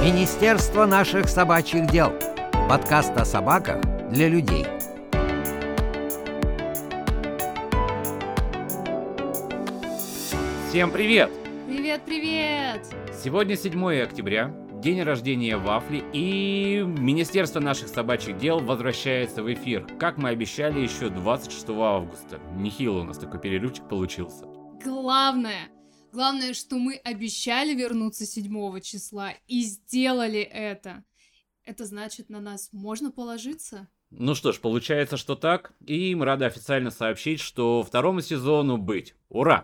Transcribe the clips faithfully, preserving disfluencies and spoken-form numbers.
Министерство наших собачьих дел. Подкаст о собаках для людей. Всем привет! Привет-привет! Сегодня седьмое октября, день рождения Вафли, и Министерство наших собачьих дел возвращается в эфир, как мы обещали еще двадцать шестого августа. Нехило у нас такой перерывчик получился. Главное, главное, что мы обещали вернуться седьмого числа и сделали это. Это значит, на нас можно положиться? Ну что ж, получается, что так, и мы рады официально сообщить, что второму сезону быть. Ура!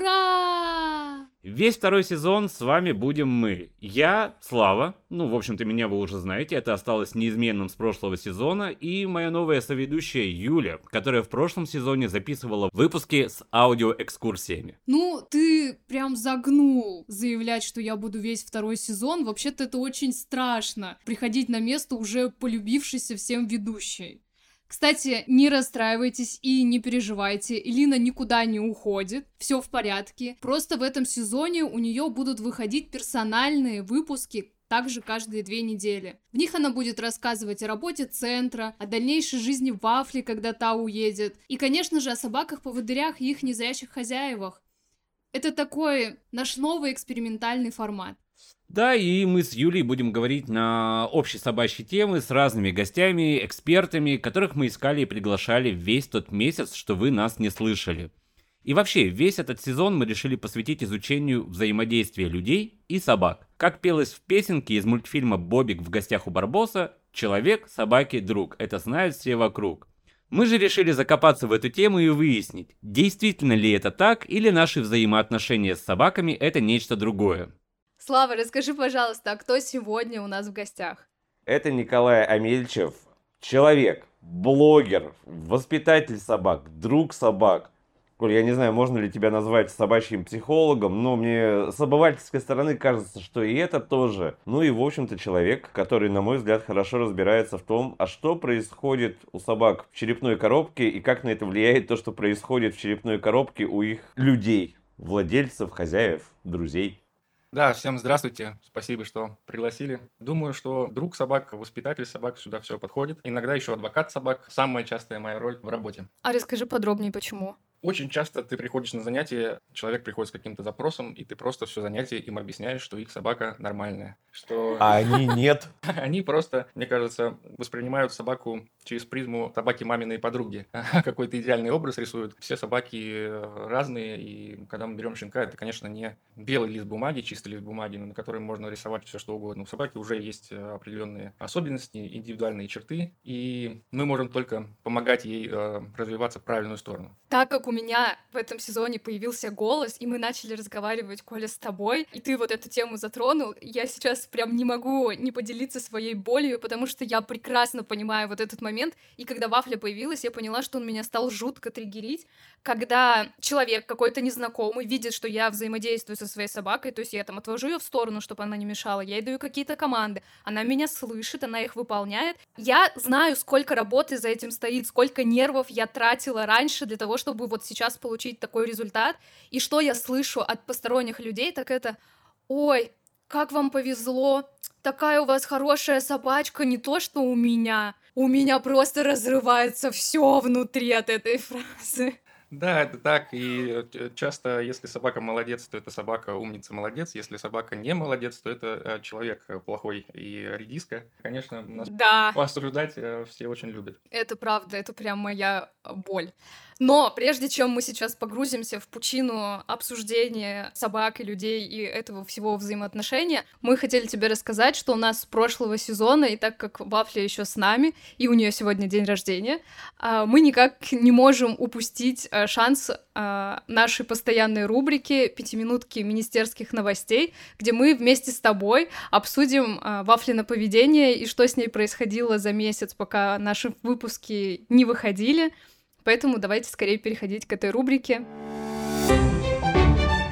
Ура! Весь второй сезон с вами будем мы. Я, Слава, ну, в общем-то, меня вы уже знаете, это осталось неизменным с прошлого сезона, и моя новая соведущая Юля, которая в прошлом сезоне записывала выпуски с аудиоэкскурсиями. Ну, ты прям загнул заявлять, что я буду весь второй сезон. Вообще-то это очень страшно, приходить на место уже полюбившейся всем ведущей. Кстати, не расстраивайтесь и не переживайте, Элина никуда не уходит, все в порядке. Просто в этом сезоне у нее будут выходить персональные выпуски, также каждые две недели. В них она будет рассказывать о работе центра, о дальнейшей жизни Вафли, когда та уедет, и, конечно же, о собаках-поводырях и их незрячих хозяевах. Это такой наш новый экспериментальный формат. Да, и мы с Юлей будем говорить на общие собачьи темы с разными гостями, экспертами, которых мы искали и приглашали весь тот месяц, что вы нас не слышали. И вообще, весь этот сезон мы решили посвятить изучению взаимодействия людей и собак. Как пелось в песенке из мультфильма «Бобик в гостях у Барбоса», «Человек, собаки, друг» — это знают все вокруг. Мы же решили закопаться в эту тему и выяснить, действительно ли это так, или наши взаимоотношения с собаками — это нечто другое. Слава, расскажи, пожалуйста, а кто сегодня у нас в гостях? Это Николай Амельчев, человек, блогер, воспитатель собак, друг собак. Коль, я не знаю, можно ли тебя назвать собачьим психологом, но мне с обывательской стороны кажется, что и это тоже. Ну и, в общем-то, человек, который, на мой взгляд, хорошо разбирается в том, а что происходит у собак в черепной коробке и как на это влияет то, что происходит в черепной коробке у их людей, владельцев, хозяев, друзей. Да, всем здравствуйте, спасибо, что пригласили. Думаю, что друг собак, воспитатель собак сюда все подходит. Иногда еще адвокат собак. Самая частая моя роль в работе. А расскажи подробнее, почему? Очень часто ты приходишь на занятие, человек приходит с каким-то запросом, и ты просто все занятие им объясняешь, что их собака нормальная. Что... А они нет. Они просто, мне кажется, воспринимают собаку через призму собаки маминой подруги. Какой-то идеальный образ рисуют. Все собаки разные, и когда мы берем щенка, это, конечно, не белый лист бумаги, чистый лист бумаги, на котором можно рисовать все, что угодно. У собаки уже есть определенные особенности, индивидуальные черты, и мы можем только помогать ей развиваться в правильную сторону. Так как у меня в этом сезоне появился голос, и мы начали разговаривать, Коля, с тобой, и ты вот эту тему затронул, я сейчас прям не могу не поделиться своей болью, потому что я прекрасно понимаю вот этот момент, и когда Вафля появилась, я поняла, что он меня стал жутко триггерить, когда человек какой-то незнакомый видит, что я взаимодействую со своей собакой, то есть я там отвожу ее в сторону, чтобы она не мешала, я ей даю какие-то команды, она меня слышит, она их выполняет. Я знаю, сколько работы за этим стоит, сколько нервов я тратила раньше для того, чтобы вот сейчас получить такой результат, и что я слышу от посторонних людей, так это: «Ой, как вам повезло, такая у вас хорошая собачка, не то что у меня». У меня просто разрывается все внутри от этой фразы. Да, это так, и часто, если собака молодец, то это собака умница, молодец, если собака не молодец, то это человек плохой и редиска. Конечно, нас Да. осуждать все очень любят. Это правда, это прям моя боль. Но прежде чем мы сейчас погрузимся в пучину обсуждения собак и людей и этого всего взаимоотношения, мы хотели тебе рассказать, что у нас с прошлого сезона, и так как Вафля еще с нами, и у нее сегодня день рождения, мы никак не можем упустить шанс нашей постоянной рубрики «Пятиминутки министерских новостей», где мы вместе с тобой обсудим Вафлино поведение и что с ней происходило за месяц, пока наши выпуски не выходили. Поэтому давайте скорее переходить к этой рубрике.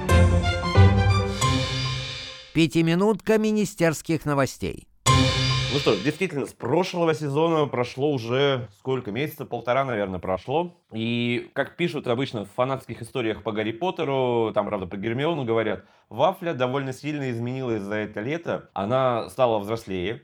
Пятиминутка министерских новостей. Ну что ж, действительно, с прошлого сезона прошло уже сколько месяцев, полтора, наверное, прошло. И, как пишут обычно в фанатских историях по Гарри Поттеру, там, правда, про Гермиону говорят, Вафля довольно сильно изменилась за это лето. Она стала взрослее,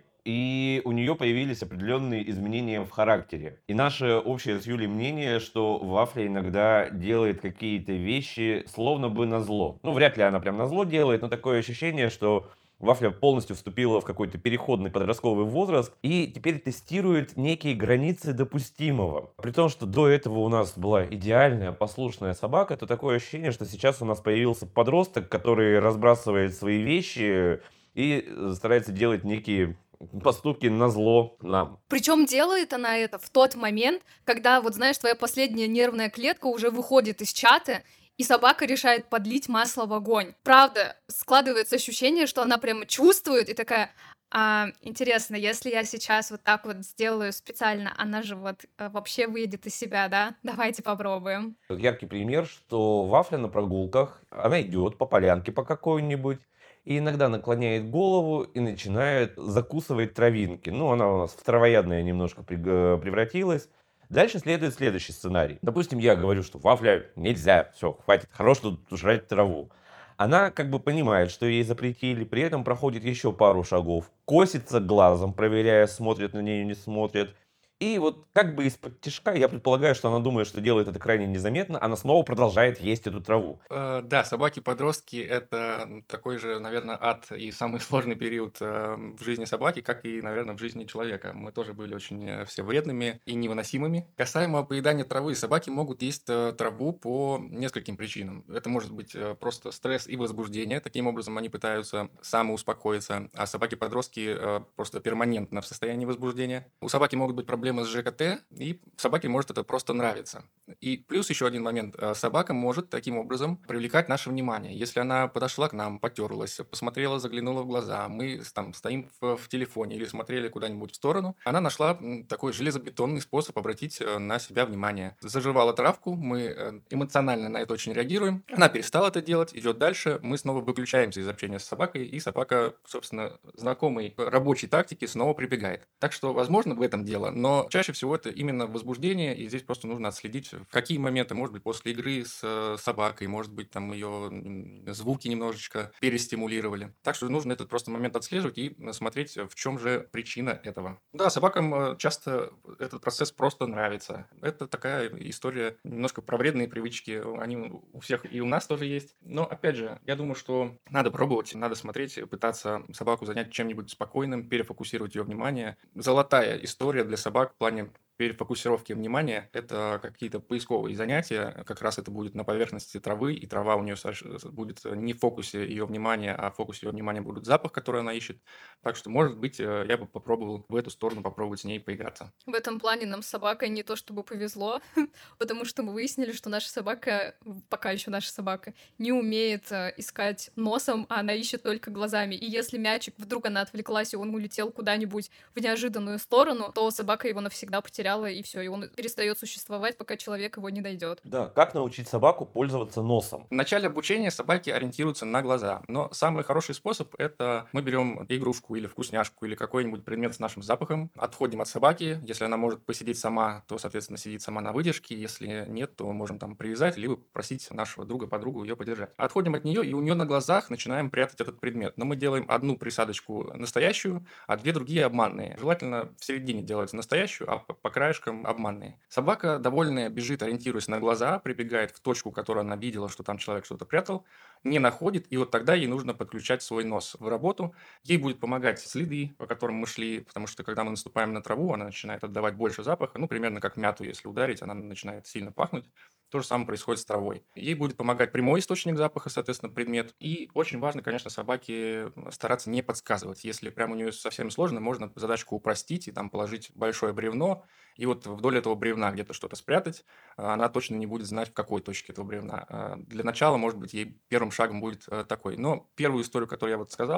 и у нее появились определенные изменения в характере. И наше общее с Юлей мнение, что Вафля иногда делает какие-то вещи словно бы назло. Ну, вряд ли она прям назло делает, но такое ощущение, что Вафля полностью вступила в какой-то переходный подростковый возраст и теперь тестирует некие границы допустимого. При том, что до этого у нас была идеальная послушная собака, то такое ощущение, что сейчас у нас появился подросток, который разбрасывает свои вещи и старается делать некие поступки назло нам. Причем делает она это в тот момент, когда, вот знаешь, твоя последняя нервная клетка уже выходит из чата, и собака решает подлить масло в огонь. Правда, складывается ощущение, что она прямо чувствует и такая... А, интересно, если я сейчас вот так вот сделаю специально, она же вот э, вообще выйдет из себя, да? Давайте попробуем. Яркий пример, что Вафля на прогулках, она идет по полянке по какой-нибудь, и иногда наклоняет голову и начинает закусывать травинки. Ну, она у нас в травоядная немножко превратилась. Дальше следует следующий сценарий. Допустим, я говорю, что Вафля нельзя, все, хватит, хорош тут жрать траву. Она как бы понимает, что ей запретили, при этом проходит еще пару шагов, косится глазом, проверяя, смотрят на нее, не смотрят. И вот как бы из-под тишка, я предполагаю, что она думает, что делает это крайне незаметно, она снова продолжает есть эту траву. Э, Да, собаки-подростки– это такой же, наверное, ад и самый сложный период э, в жизни собаки, как и, наверное, в жизни человека. Мы тоже были очень э, все вредными и невыносимыми. Касаемо поедания травы, собаки могут есть э, траву по нескольким причинам. Это может быть э, просто стресс и возбуждение. Таким образом, они пытаются самоуспокоиться, а собаки-подростки э, просто перманентно в состоянии возбуждения. У собаки могут быть проблемы с ЖКТ, и собаке может это просто нравиться. И плюс еще один момент. Собака может таким образом привлекать наше внимание. Если она подошла к нам, потерлась, посмотрела, заглянула в глаза, мы там стоим в, в телефоне или смотрели куда-нибудь в сторону, она нашла такой железобетонный способ обратить на себя внимание. Заживала травку, мы эмоционально на это очень реагируем, она перестала это делать, идет дальше, мы снова выключаемся из общения с собакой, и собака, собственно, знакомой рабочей тактики снова прибегает. Так что, возможно, в этом дело, но чаще всего это именно возбуждение, и здесь просто нужно отследить, в какие моменты, может быть, после игры с собакой, может быть, там ее звуки немножечко перестимулировали. Так что нужно этот просто момент отслеживать и смотреть, в чем же причина этого. Да, собакам часто этот процесс просто нравится. Это такая история немножко про вредные привычки. Они у всех и у нас тоже есть. Но, опять же, я думаю, что надо пробовать, надо смотреть, пытаться собаку занять чем-нибудь спокойным, перефокусировать ее внимание. Золотая история для собак в плане перефокусировки внимания – это какие-то поисковые занятия. Как раз это будет на поверхности травы, и трава у нее будет не в фокусе ее внимания, а в фокусе ее внимания будет запах, который она ищет. Так что, может быть, я бы попробовал в эту сторону попробовать с ней поиграться. В этом плане нам с собакой не то чтобы повезло, потому что мы выяснили, что наша собака, пока еще наша собака, не умеет искать носом, а она ищет только глазами. И если мячик, вдруг она отвлеклась, и он улетел куда-нибудь в неожиданную сторону, то собака его навсегда потеряла, и все, и он перестает существовать, пока человек его не найдет. Да, как научить собаку пользоваться носом? В начале обучения собаки ориентируются на глаза, но самый хороший способ – это мы берем игрушку или вкусняшку или какой-нибудь предмет с нашим запахом, отходим от собаки, если она может посидеть сама, то, соответственно, сидит сама на выдержке, если нет, то можем там привязать, либо просить нашего друга, подругу ее подержать. Отходим от нее, и у нее на глазах начинаем прятать этот предмет, но мы делаем одну присадочку настоящую, а две другие обманные. Желательно в середине делать настоящую, а по краешкам обманные. Собака, довольная, бежит, ориентируясь на глаза, прибегает в точку, которую она видела, что там человек что-то прятал, не находит, и вот тогда ей нужно подключать свой нос в работу. Ей будет помогать следы, по которым мы шли, потому что когда мы наступаем на траву, она начинает отдавать больше запаха, ну, примерно как мяту, если ударить, она начинает сильно пахнуть. То же самое происходит с травой. Ей будет помогать прямой источник запаха, соответственно, предмет. И очень важно, конечно, собаке стараться не подсказывать. Если прям у нее совсем сложно, можно задачку упростить и там положить большое бревно, и вот вдоль этого бревна где-то что-то спрятать. Она точно не будет знать, в какой точке этого бревна. Для начала, может быть, ей первым шагом будет такой. Но первую историю, которую я вот сказал,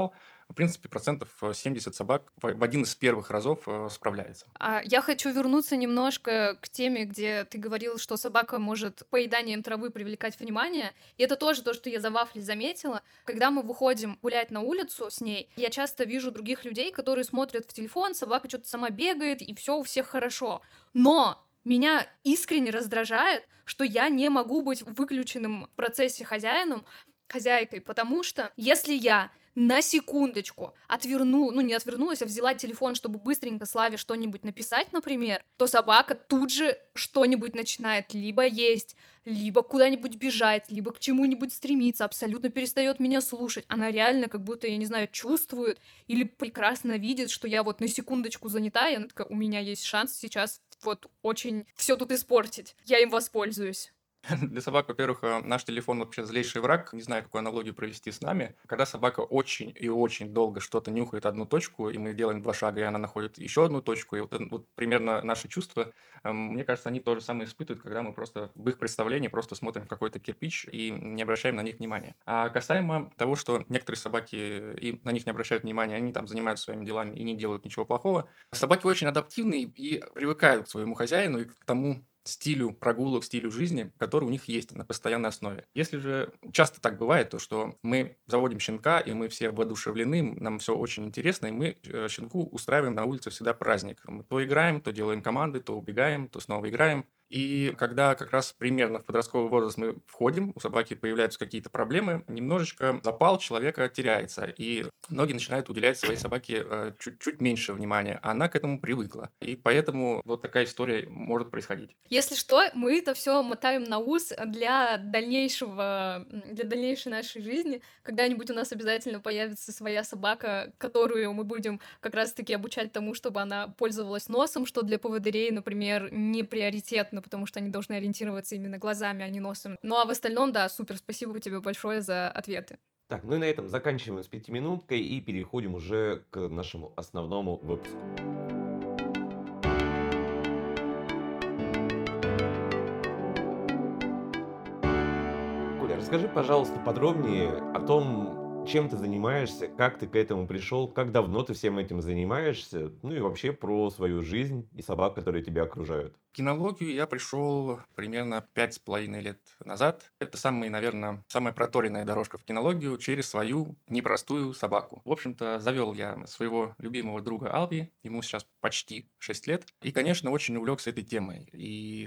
в принципе, процентов семьдесят собак в один из первых разов справляется. А я хочу вернуться немножко к теме, где ты говорил, что собака может поеданием травы привлекать внимание. И это тоже то, что я за Вафлей заметила. Когда мы выходим гулять на улицу с ней, я часто вижу других людей, которые смотрят в телефон, собака что-то сама бегает, и все у всех хорошо. Но меня искренне раздражает, что я не могу быть выключенным в процессе хозяином, хозяйкой, потому что если я на секундочку отверну, ну не отвернулась, а взяла телефон, чтобы быстренько Славе что-нибудь написать, например, то собака тут же что-нибудь начинает либо есть, либо куда-нибудь бежать, либо к чему-нибудь стремиться, абсолютно перестает меня слушать. Она реально как будто, я не знаю, чувствует или прекрасно видит, что я вот на секундочку занята, и она такая, у меня есть шанс сейчас вот очень все тут испортить. Я им воспользуюсь. Для собак, во-первых, наш телефон вообще злейший враг. Не знаю, какую аналогию провести с нами. Когда собака очень и очень долго что-то нюхает одну точку, и мы делаем два шага, и она находит еще одну точку, и вот, вот примерно наши чувства, мне кажется, они то же самое испытывают, когда мы просто в их представлении просто смотрим в какой-то кирпич и не обращаем на них внимания. А касаемо того, что некоторые собаки и на них не обращают внимания, они там занимаются своими делами и не делают ничего плохого, собаки очень адаптивны и привыкают к своему хозяину и к тому стилю прогулок, стилю жизни, который у них есть на постоянной основе. Если же часто так бывает, то что мы заводим щенка, и мы все воодушевлены, нам все очень интересно, и мы щенку устраиваем на улице всегда праздник. Мы то играем, то делаем команды, то убегаем, то снова играем. И когда как раз примерно в подростковый возраст мы входим, у собаки появляются какие-то проблемы, немножечко запал человека теряется, и многие начинают уделять своей собаке э, чуть-чуть меньше внимания, а она к этому привыкла. И поэтому вот такая история может происходить. Если что, мы это все мотаем на ус для дальнейшего, для дальнейшей нашей жизни. Когда-нибудь у нас обязательно появится своя собака, которую мы будем как раз-таки обучать тому, чтобы она пользовалась носом, что для поводырей, например, не приоритетно, потому что они должны ориентироваться именно глазами, а не носом. Ну а в остальном, да, супер, спасибо тебе большое за ответы. Так, ну и на этом заканчиваем с пятиминуткой и переходим уже к нашему основному выпуску. Коля, расскажи, пожалуйста, подробнее о том, чем ты занимаешься, как ты к этому пришел, как давно ты всем этим занимаешься, ну и вообще про свою жизнь и собак, которые тебя окружают. В кинологию я пришел примерно пять с половиной лет назад. Это самая, наверное, самая проторенная дорожка в кинологию через свою непростую собаку. В общем-то, завел я своего любимого друга Алви, ему сейчас почти шесть лет, и, конечно, очень увлекся этой темой. И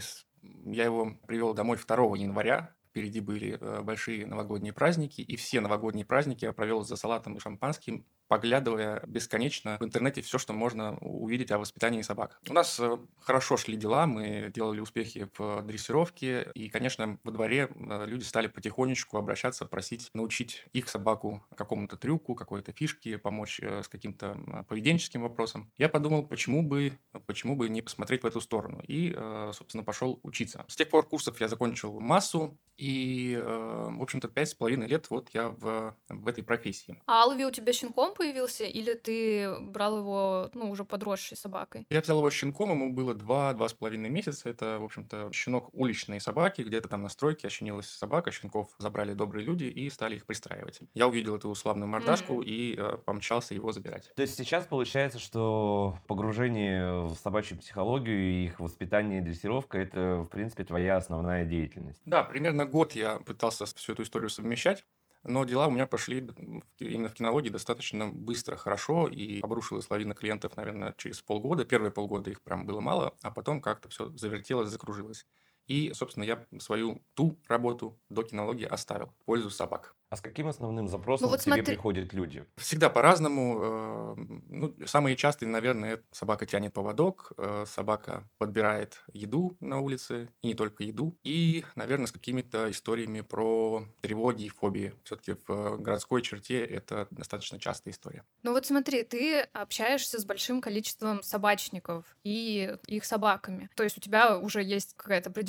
я его привел домой второго января. Впереди были большие новогодние праздники, и все новогодние праздники я провел за салатом и шампанским, поглядывая бесконечно в интернете все, что можно увидеть о воспитании собак. У нас хорошо шли дела, мы делали успехи в дрессировке, и, конечно, во дворе люди стали потихонечку обращаться, просить научить их собаку какому-то трюку, какой-то фишке, помочь с каким-то поведенческим вопросом. Я подумал, почему бы, почему бы не посмотреть в эту сторону, и, собственно, пошел учиться. С тех пор курсов я закончил массу, и, в общем-то, пять с половиной лет вот я в, в этой профессии. А Алви у тебя щенком появился, или ты брал его, ну, уже подросшей собакой? Я взял его щенком, ему было два-два с половиной месяца. Это, в общем-то, щенок уличной собаки, где-то там на стройке ощенилась собака, щенков забрали добрые люди и стали их пристраивать. Я увидел эту славную мордашку mm-hmm. и э, помчался его забирать. То есть сейчас получается, что погружение в собачью психологию и их воспитание и дрессировка – это, в принципе, твоя основная деятельность? Да, примерно год я пытался всю эту историю совмещать. Но дела у меня пошли именно в кинологии достаточно быстро, хорошо, и обрушилась лавина клиентов, наверное, через полгода. Первые полгода их прям было мало, а потом как-то все завертелось, закружилось. И, собственно, я свою ту работу до кинологии оставил в пользу собак. А с каким основным запросом Ну вот к тебе смотри. приходят люди? Всегда по-разному. Ну, самые частые, наверное, это собака тянет поводок, собака подбирает еду на улице, и не только еду, и, наверное, с какими-то историями про тревоги и фобии. Все-таки в городской черте это достаточно частая история. Ну вот смотри, ты общаешься с большим количеством собачников и их собаками. То есть у тебя уже есть какая-то определенная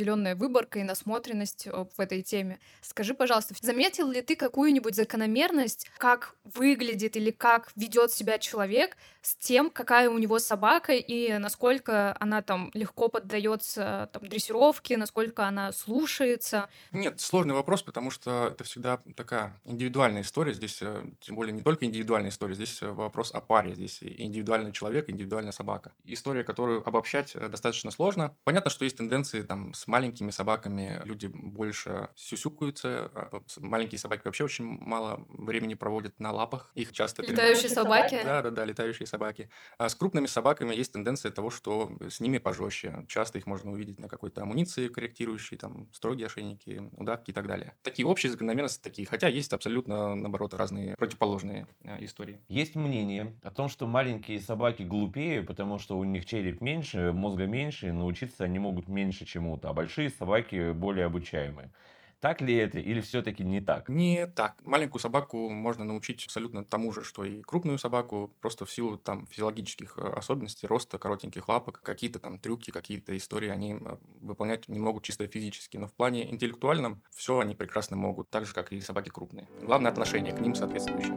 определенная выборка и насмотренность э, в этой теме. Скажи, пожалуйста, заметил ли ты какую-нибудь закономерность, как выглядит или как ведет себя человек с тем, какая у него собака и насколько она там легко поддается там, дрессировке, насколько она слушается? Нет, сложный вопрос, потому что это всегда такая индивидуальная история. Здесь, э, тем более, не только индивидуальная история, здесь э, вопрос о паре. Здесь и индивидуальный человек, индивидуальная собака. История, которую обобщать э, достаточно сложно. Понятно, что есть тенденции там с маленькими собаками, люди больше сюсюкаются, а с- маленькие собаки вообще очень мало времени проводят на лапах, их часто тренируют. Летающие собаки? Да, да, да, летающие собаки. А с крупными собаками есть тенденция того, что с ними пожестче. Часто их можно увидеть на какой-то амуниции корректирующей, там строгие ошейники, удавки и так далее. Такие общие закономерности такие, хотя есть абсолютно, наоборот, разные противоположные э, истории. Есть мнение о том, что маленькие собаки глупее, потому что у них череп меньше, мозга меньше, и научиться они могут меньше чему-то, а большие собаки более обучаемые. Так ли это или все-таки не так? Не так. Маленькую собаку можно научить абсолютно тому же, что и крупную собаку, просто в силу там физиологических э, особенностей, роста, коротеньких лапок, какие-то там трюки, какие-то истории они э, выполнять не могут чисто физически. Но в плане интеллектуальном все они прекрасно могут, так же, как и собаки крупные. Главное отношение к ним соответствующее.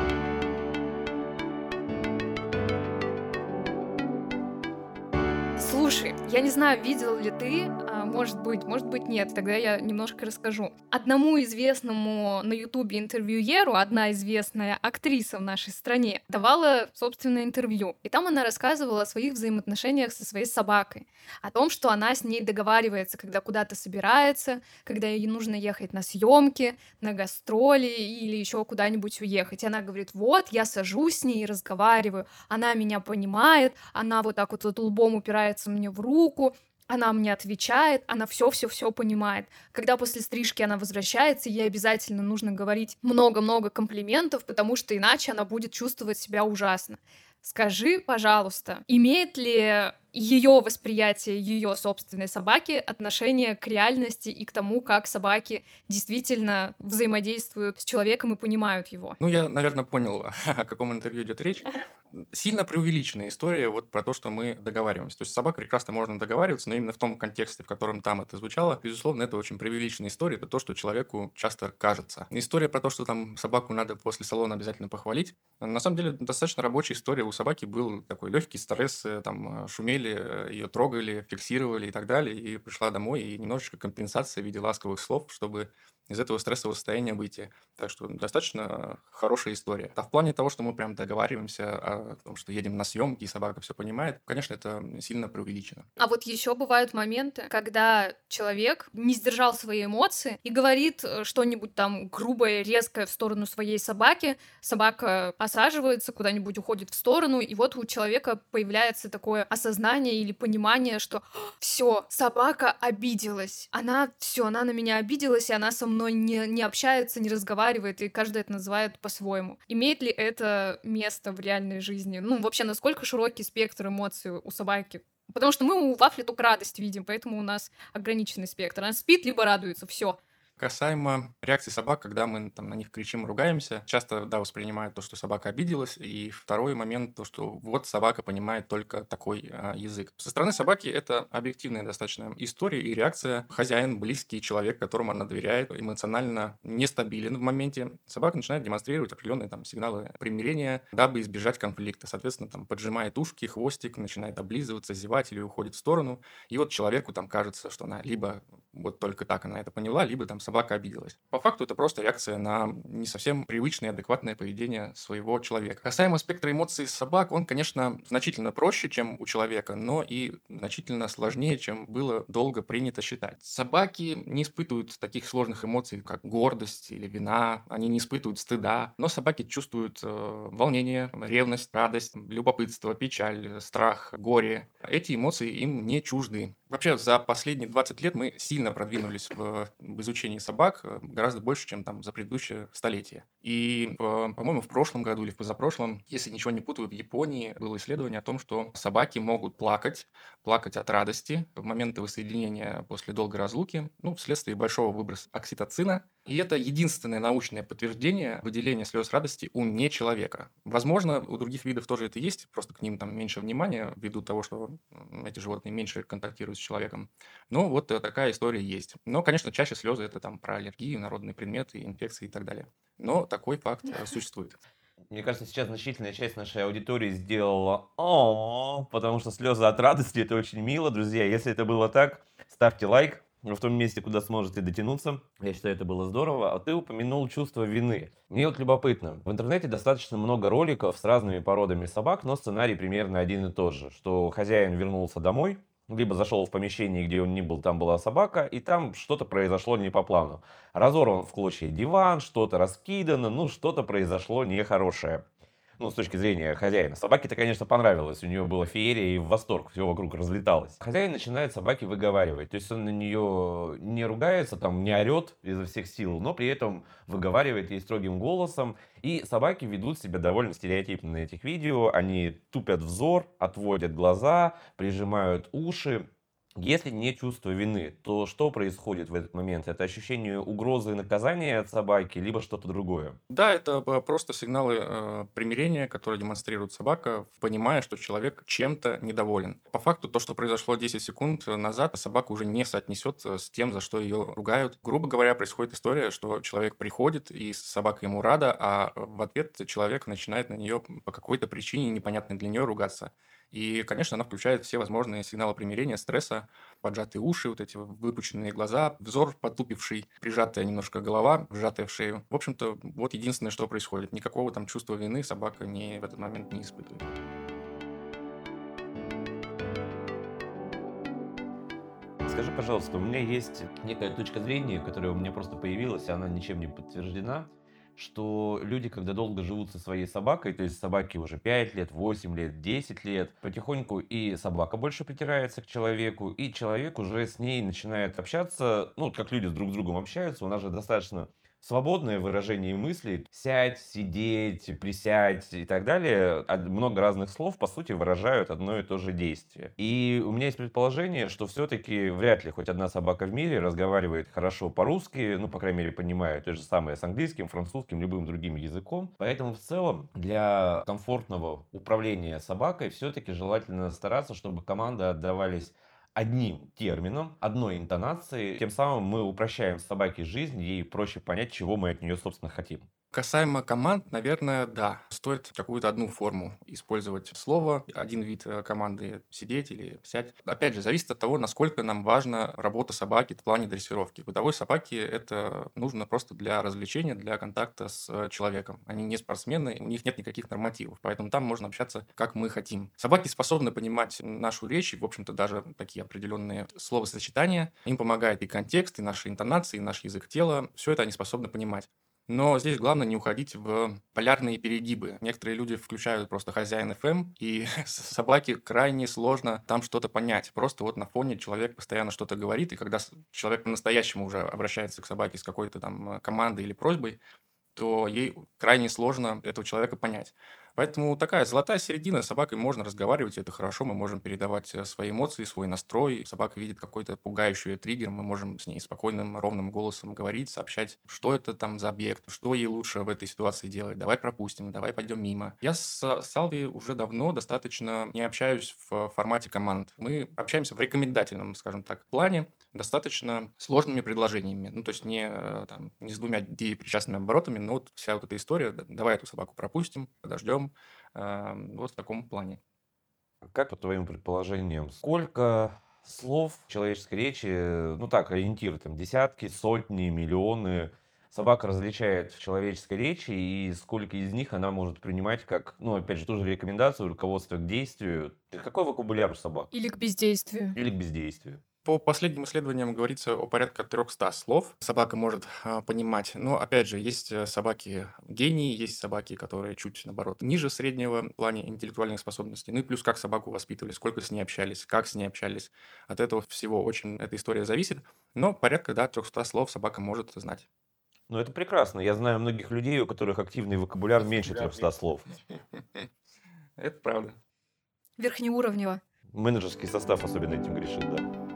Слушай, я не знаю, видел ли ты, а, может быть, может быть нет, тогда я немножко расскажу. Одному известному на Ютубе интервьюеру, одна известная актриса в нашей стране, давала собственное интервью. И там она рассказывала о своих взаимоотношениях со своей собакой, о том, что она с ней договаривается, когда куда-то собирается, когда ей нужно ехать на съемки, на гастроли или еще куда-нибудь уехать. И она говорит, вот, я сажусь с ней и разговариваю, она меня понимает, она вот так вот, вот лбом упирается мне в руку, она мне отвечает, она все-все-все понимает. Когда после стрижки она возвращается, ей обязательно нужно говорить много-много комплиментов, потому что иначе она будет чувствовать себя ужасно. Скажи, пожалуйста, имеет ли ее восприятие ее собственной собаки отношение к реальности и к тому, как собаки действительно взаимодействуют с человеком и понимают его? Ну, я, наверное, понял, о каком интервью идет речь. Сильно преувеличенная история вот про то, что мы договариваемся. То есть с собакой прекрасно можно договариваться, но именно в том контексте, в котором там это звучало, безусловно, это очень преувеличенная история. Это то, что человеку часто кажется. История про то, что там собаку надо после салона обязательно похвалить. На самом деле, достаточно рабочая история. У собаки был такой легкий стресс, э, там э, шумели, э, ее трогали, фиксировали и так далее. И пришла домой, и немножечко компенсация в виде ласковых слов, чтобы из этого стрессового состояния выйти. Так что достаточно хорошая история. А в плане того, что мы прям договариваемся о том, что едем на съемки, и собака все понимает, конечно, это сильно преувеличено. А вот еще бывают моменты, когда человек не сдержал свои эмоции и говорит э, что-нибудь там грубое, резкое в сторону своей собаки. Собака осаживается, куда-нибудь уходит в сторону, и вот у человека появляется такое осознание или понимание, что все, собака обиделась. Она все, она на меня обиделась, и она со мной не, не общается, не разговаривает, и каждый это называет по-своему. Имеет ли это место в реальной жизни? Ну, вообще, насколько широкий спектр эмоций у собаки? Потому что мы у Вафли только радость видим, поэтому у нас ограниченный спектр. Она спит, либо радуется, все. Касаемо реакции собак, когда мы там на них кричим, ругаемся, часто, да, воспринимают то, что собака обиделась, и второй момент, то, что вот собака понимает только такой а, язык. Со стороны собаки это объективная достаточно история и реакция. Хозяин, близкий человек, которому она доверяет, эмоционально нестабилен в моменте. Собака начинает демонстрировать определенные там сигналы примирения, дабы избежать конфликта. Соответственно, там поджимает ушки, хвостик, начинает облизываться, зевать или уходит в сторону. И вот человеку там кажется, что она либо вот только так она это поняла, либо там собака обиделась. По факту это просто реакция на не совсем привычное и адекватное поведение своего человека. Касаемо спектра эмоций собак, он, конечно, значительно проще, чем у человека, но и значительно сложнее, чем было долго принято считать. Собаки не испытывают таких сложных эмоций, как гордость или вина, они не испытывают стыда, но собаки чувствуют э, волнение, ревность, радость, любопытство, печаль, страх, горе. Эти эмоции им не чужды. Вообще, за последние двадцать лет мы сильно продвинулись в, в изучении поведении собак э, гораздо больше, чем там за предыдущее столетие. И, э, по-моему, в прошлом году или в позапрошлом, если ничего не путаю, в Японии было исследование о том, что собаки могут плакать, плакать от радости в моменты воссоединения после долгой разлуки, ну, вследствие большого выброса окситоцина. И это единственное научное подтверждение выделения слез радости у нечеловека. Возможно, у других видов тоже это есть, просто к ним там меньше внимания, ввиду того, что м, эти животные меньше контактируют с человеком. Но вот э, такая история есть. Но, конечно, чаще слезы это там про аллергии, народные предметы, инфекции и так далее. Но такой факт э, существует. Мне кажется, сейчас значительная часть нашей аудитории сделала «О», потому что слезы от радости — это очень мило, друзья. Если это было так, ставьте лайк в том месте, куда сможете дотянуться. Я считаю, это было здорово. А ты упомянул чувство вины. Мне вот любопытно. В интернете достаточно много роликов с разными породами собак, но сценарий примерно один и тот же. Что хозяин вернулся домой, либо зашел в помещение, где он ни был, там была собака, и там что-то произошло не по плану. Разорван в клочья диван, что-то раскидано, ну что-то произошло нехорошее. Ну, с точки зрения хозяина. Собаке-то, конечно, понравилось. У нее была феерия и восторг. Все вокруг разлеталось. Хозяин начинает собаке выговаривать. То есть он на нее не ругается, там, не орет изо всех сил, но при этом выговаривает ей строгим голосом. И собаки ведут себя довольно стереотипно на этих видео. Они тупят взор, отводят глаза, прижимают уши. Если не чувство вины, то что происходит в этот момент? Это ощущение угрозы и наказания от собаки, либо что-то другое? Да, это э, просто сигналы э, примирения, которые демонстрирует собака, понимая, что человек чем-то недоволен. По факту, то, что произошло десять секунд назад, собака уже не соотнесет с тем, за что ее ругают. Грубо говоря, происходит история, что человек приходит, и собака ему рада, а в ответ человек начинает на нее по какой-то причине, непонятной для нее, ругаться. И, конечно, она включает все возможные сигналы примирения, стресса, поджатые уши, вот эти выпученные глаза, взор потупивший, прижатая немножко голова, вжатая в шею. В общем-то, вот единственное, что происходит. Никакого там чувства вины собака не, в этот момент не испытывает. Скажи, пожалуйста, у меня есть некая точка зрения, которая у меня просто появилась, и она ничем не подтверждена, что люди, когда долго живут со своей собакой, то есть собаке уже пять лет, восемь лет, десять лет, потихоньку и собака больше притирается к человеку, и человек уже с ней начинает общаться, ну, как люди друг с другом общаются, у нас же достаточно свободное выражение мыслей, сядь, сидеть, присядь и так далее. А много разных слов, по сути, выражают одно и то же действие. И у меня есть предположение, что все-таки вряд ли хоть одна собака в мире разговаривает хорошо по-русски, ну, по крайней мере, понимает то же самое с английским, французским, любым другим языком. Поэтому в целом для комфортного управления собакой все-таки желательно стараться, чтобы команды отдавались одним термином, одной интонацией. Тем самым мы упрощаем собаке жизнь, ей проще понять, чего мы от нее, собственно, хотим. Касаемо команд, наверное, да, стоит какую-то одну форму использовать слово, один вид э, команды сидеть или сядь. Опять же, зависит от того, насколько нам важна работа собаки в плане дрессировки. Бытовой собаке это нужно просто для развлечения, для контакта с э, человеком. Они не спортсмены, у них нет никаких нормативов, поэтому там можно общаться как мы хотим. Собаки способны понимать нашу речь, и, в общем-то, даже такие определенные словосочетания. Им помогает и контекст, и наши интонации, и наш язык тела. Все это они способны понимать. Но здесь главное не уходить в полярные перегибы. Некоторые люди включают просто хозяин эф эм, и собаке крайне сложно там что-то понять. Просто вот на фоне человек постоянно что-то говорит, и когда человек по-настоящему уже обращается к собаке с какой-то там командой или просьбой, то ей крайне сложно этого человека понять. Поэтому такая золотая середина, с собакой можно разговаривать, это хорошо, мы можем передавать свои эмоции, свой настрой. Собака видит какой-то пугающий триггер, мы можем с ней спокойным, ровным голосом говорить, сообщать, что это там за объект, что ей лучше в этой ситуации делать, давай пропустим, давай пойдем мимо. Я с Салви уже давно достаточно не общаюсь в формате команд. Мы общаемся в рекомендательном, скажем так, плане, достаточно сложными предложениями. Ну, то есть не, там, не с двумя причастными оборотами, но вот вся вот эта история, давай эту собаку пропустим, подождем, вот в таком плане. Как по твоим предположениям, сколько слов человеческой речи, ну так, ориентиры, там, десятки, сотни, миллионы, собака различает в человеческой речи, и сколько из них она может принимать как, ну, опять же, ту же рекомендацию, руководство к действию? Какой вокабуляр у собак? Или к бездействию. Или к бездействию? По последним исследованиям говорится о порядка трехсот слов собака может а, понимать. Но, опять же, есть э, собаки гении, есть собаки, которые чуть, наоборот, ниже среднего в плане интеллектуальных способностей. Ну и плюс, как собаку воспитывали, сколько с ней общались, как с ней общались. От этого всего очень эта история зависит. Но порядка, да, трехсот слов собака может знать. Ну, это прекрасно. Я знаю многих людей, у которых активный вокабуляр меньше трехсот слов. Это правда. Верхнеуровнево. Менеджерский состав особенно этим грешит, да.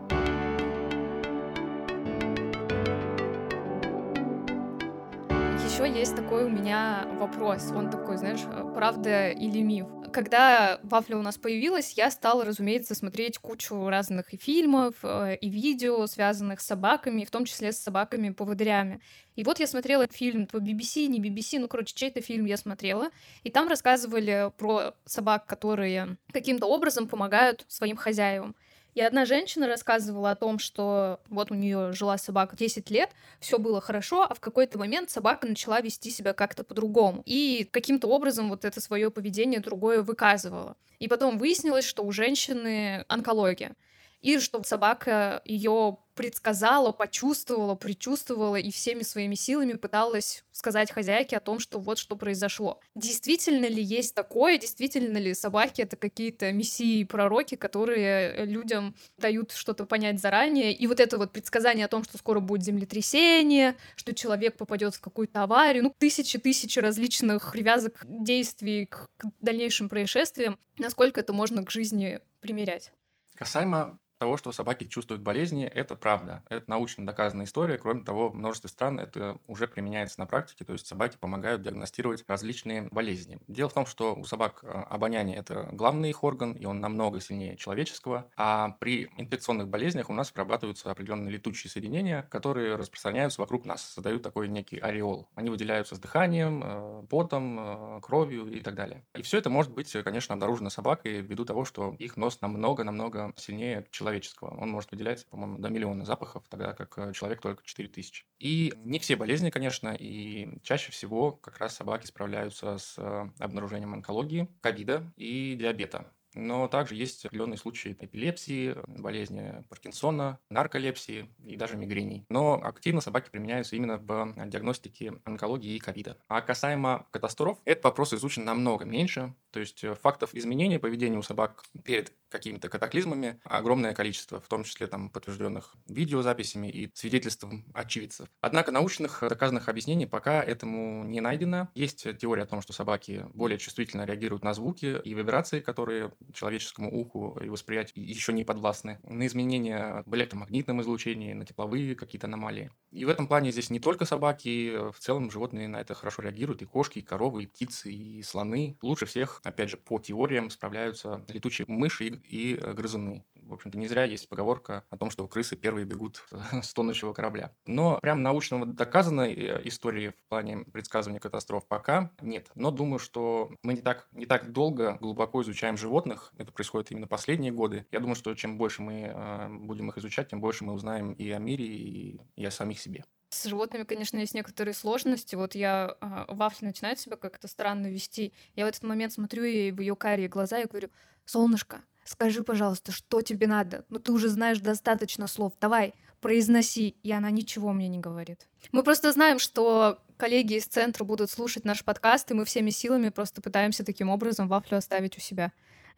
Еще есть такой у меня вопрос. Он такой, знаешь, правда или миф? Когда Вафля у нас появилась, я стала, разумеется, смотреть кучу разных и фильмов, э, и видео, связанных с собаками, в том числе с собаками-поводырями. И вот я смотрела фильм, то би би си, не би би си, ну, короче, чей-то фильм я смотрела, и там рассказывали про собак, которые каким-то образом помогают своим хозяевам. И одна женщина рассказывала о том, что вот у нее жила собака десять лет, все было хорошо, а в какой-то момент собака начала вести себя как-то по-другому. И каким-то образом вот это свое поведение другое выказывала. И потом выяснилось, что у женщины онкология. И что собака ее предсказала, почувствовала, предчувствовала и всеми своими силами пыталась сказать хозяйке о том, что вот что произошло. Действительно ли есть такое? Действительно ли собаки — это какие-то мессии и пророки, которые людям дают что-то понять заранее? И вот это вот предсказание о том, что скоро будет землетрясение, что человек попадет в какую-то аварию, ну, тысячи-тысячи различных привязок действий к к дальнейшим происшествиям. Насколько это можно к жизни примерять? Касаемо того, что собаки чувствуют болезни, это правда. Это научно доказанная история. Кроме того, в множестве стран это уже применяется на практике, то есть собаки помогают диагностировать различные болезни. Дело в том, что у собак э, обоняние – это главный их орган, и он намного сильнее человеческого, а при инфекционных болезнях у нас вырабатываются определенные летучие соединения, которые распространяются вокруг нас, создают такой некий ореол. Они выделяются с дыханием, э, потом, э, кровью и так далее. И все это может быть, конечно, обнаружено собакой ввиду того, что их нос намного-намного сильнее человеческого. Он может выделять, по-моему, до миллиона запахов, тогда как э, человек только четыре тысячи. И не все болезни, конечно, и чаще всего как раз собаки справляются с э, обнаружением онкологии, ковида и диабета. Но также есть определенные случаи эпилепсии, болезни Паркинсона, нарколепсии и даже мигрений. Но активно собаки применяются именно в диагностике онкологии и ковида. А касаемо катастроф, этот вопрос изучен намного меньше. То есть э, фактов изменения поведения у собак перед какими-то катаклизмами огромное количество, в том числе там подтвержденных видеозаписями и свидетельством очевидцев. Однако научных доказанных объяснений пока этому не найдено. Есть теория о том, что собаки более чувствительно реагируют на звуки и вибрации, которые человеческому уху и восприятию еще не подвластны, на изменения в электромагнитном излучении, на тепловые какие-то аномалии. И в этом плане здесь не только собаки, в целом животные на это хорошо реагируют, и кошки, и коровы, и птицы, и слоны. Лучше всех, опять же, по теориям справляются летучие мыши и, и грызуны. В общем-то, не зря есть поговорка о том, что крысы первые бегут с тонущего корабля. Но прям научно доказанной истории в плане предсказывания катастроф пока нет. Но думаю, что мы не так, не так долго глубоко изучаем животных. Это происходит именно последние годы. Я думаю, что чем больше мы э, будем их изучать, тем больше мы узнаем и о мире, и, и о самих себе. С животными, конечно, есть некоторые сложности. Вот я, а, Вафля начинает себя как-то странно вести. Я в этот момент смотрю ей в ее карие глаза и говорю: солнышко, скажи, пожалуйста, что тебе надо? Ну ты уже знаешь достаточно слов, давай, произноси. И она ничего мне не говорит. Мы просто знаем, что коллеги из центра будут слушать наш подкаст, и мы всеми силами просто пытаемся таким образом Вафлю оставить у себя.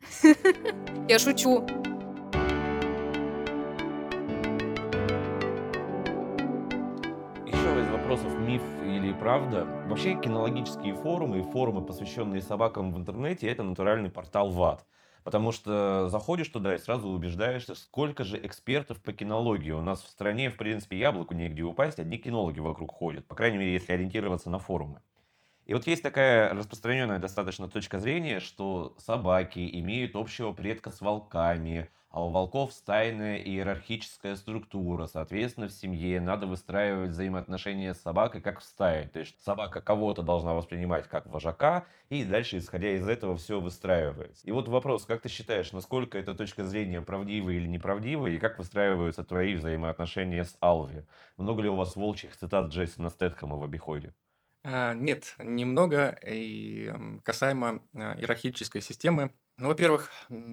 Я шучу. Еще из вопросов миф или правда. Вообще кинологические форумы и форумы, посвященные собакам в интернете, это натуральный портал в ад. Потому что заходишь туда и сразу убеждаешься, сколько же экспертов по кинологии. У нас в стране, в принципе, яблоку негде упасть, одни кинологи вокруг ходят. По крайней мере, если ориентироваться на форумы. И вот есть такая распространенная достаточно точка зрения, что собаки имеют общего предка с волками, а у волков стайная иерархическая структура. Соответственно, в семье надо выстраивать взаимоотношения с собакой как в стае. То есть собака кого-то должна воспринимать как вожака, и дальше, исходя из этого, все выстраивается. И вот вопрос, как ты считаешь, насколько эта точка зрения правдива или неправдива, и как выстраиваются твои взаимоотношения с Алви? Много ли у вас волчьих цитат Джейсона Стэтхэма в обиходе? А, Нет, немного. И м, касаемо а, иерархической системы, Ну, во-первых,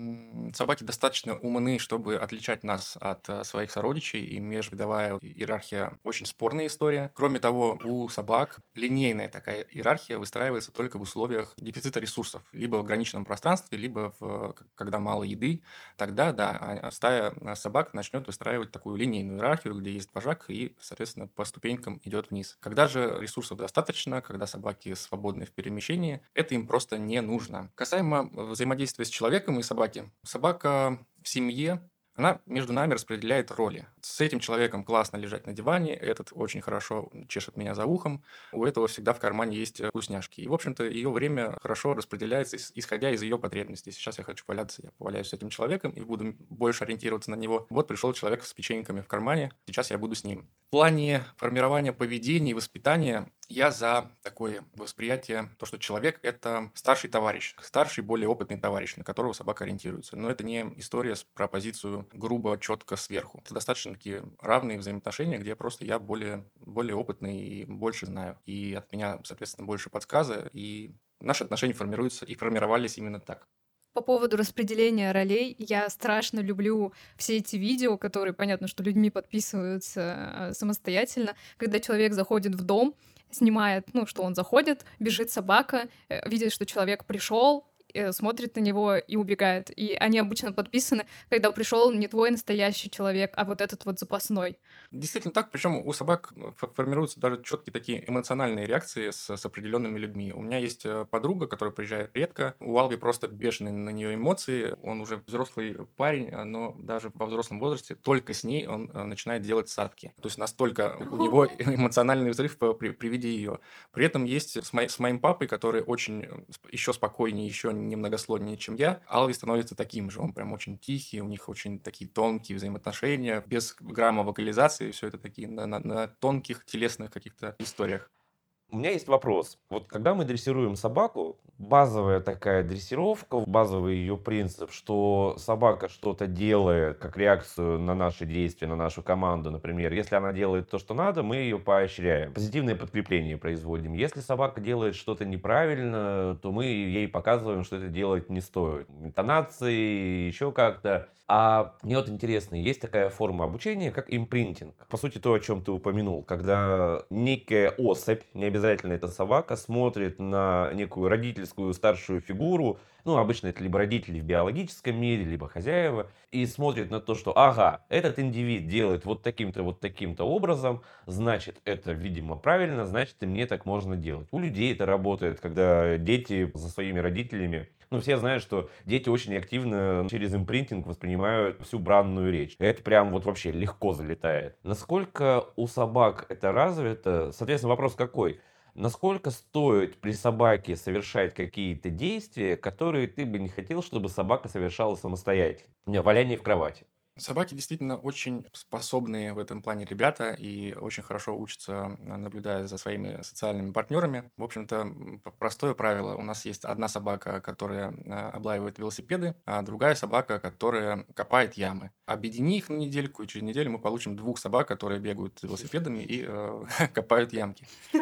м, собаки достаточно умны, чтобы отличать нас от э, своих сородичей, и межвидовая иерархия очень спорная история. Кроме того, у собак линейная такая иерархия выстраивается только в условиях дефицита ресурсов, либо в ограниченном пространстве, либо в, к- когда мало еды. Тогда, да, а- а стая э, собак начнет выстраивать такую линейную иерархию, где есть вожак, и, соответственно, по ступенькам идет вниз. Когда же ресурсов достаточно, когда собаки свободны в перемещении, это им просто не нужно. Касаемо э, взаимодействия с человеком и собаки. Собака в семье, она между нами распределяет роли. С этим человеком классно лежать на диване, этот очень хорошо чешет меня за ухом, у этого всегда в кармане есть э, вкусняшки. И, в общем-то, ее время хорошо распределяется, ис- исходя из ее потребностей. Сейчас я хочу валяться, я поваляюсь с этим человеком и буду больше ориентироваться на него. Вот пришел человек с печеньками в кармане, сейчас я буду с ним. В плане формирования поведения и воспитания я за такое восприятие, то, что человек – это старший товарищ, старший, более опытный товарищ, на которого собака ориентируется. Но это не история с- про позицию грубо, четко сверху. Это достаточно такие равные взаимоотношения, где просто я более, более опытный и больше знаю. И от меня, соответственно, больше подсказа, и наши отношения формируются и формировались именно так. По поводу распределения ролей, я страшно люблю все эти видео, которые, понятно, что людьми подписываются э, самостоятельно, когда человек заходит в дом, снимает, ну, что он заходит, бежит собака, э, видит, что человек пришел, э, смотрит на него и убегает. И они обычно подписаны, когда пришел не твой настоящий человек, а вот этот вот запасной. Действительно так, причем у собак ф- формируются даже четкие такие эмоциональные реакции с, с определенными людьми. У меня есть э, подруга, которая приезжает редко. У Алви просто бешеные на нее эмоции. Он уже взрослый парень, а, но даже во взрослом возрасте только с ней он э, начинает делать садки. То есть настолько у него эмоциональный взрыв по- при, при виде ее. При этом есть с, моей- с моим папой, который очень еще спокойнее, еще немногословнее, чем я. Алви становится таким же. Он прям очень тихий, у них очень такие тонкие взаимоотношения, без грамма вокализации. Все это такие на, на- на тонких телесных каких-то историях. У меня есть вопрос. Вот когда мы дрессируем собаку, базовая такая дрессировка, базовый ее принцип, что собака что-то делает как реакцию на наши действия, на нашу команду, например. Если она делает то, что надо, мы ее поощряем. Позитивное подкрепление производим. Если собака делает что-то неправильно, то мы ей показываем, что это делать не стоит. Интонации, еще как-то. А мне вот интересно, есть такая форма обучения, как импринтинг. По сути, то, о чем ты упомянул, когда некая особь, не обязательно это собака, смотрит на некую родительскую старшую фигуру, ну, обычно это либо родители в биологическом мире, либо хозяева, и смотрит на то, что, ага, этот индивид делает вот таким-то, вот таким-то образом, значит, это, видимо, правильно, значит, и мне так можно делать. У людей это работает, когда дети за своими родителями. Ну, все знают, что дети очень активно через импринтинг воспринимают всю бранную речь. Это прям вот вообще легко залетает. Насколько у собак это развито? Соответственно, вопрос какой? Насколько стоит при собаке совершать какие-то действия, которые ты бы не хотел, чтобы собака совершала самостоятельно? У меня валяние в кровати. Собаки действительно очень способные в этом плане ребята и очень хорошо учатся, а, наблюдая за своими социальными партнерами. В общем-то, м, п- простое правило. У нас есть одна собака, которая а, облаивает велосипеды, а другая собака, которая копает ямы. Объедини их на недельку, и через неделю мы получим двух собак, которые бегают с велосипедами и э, копают ямки.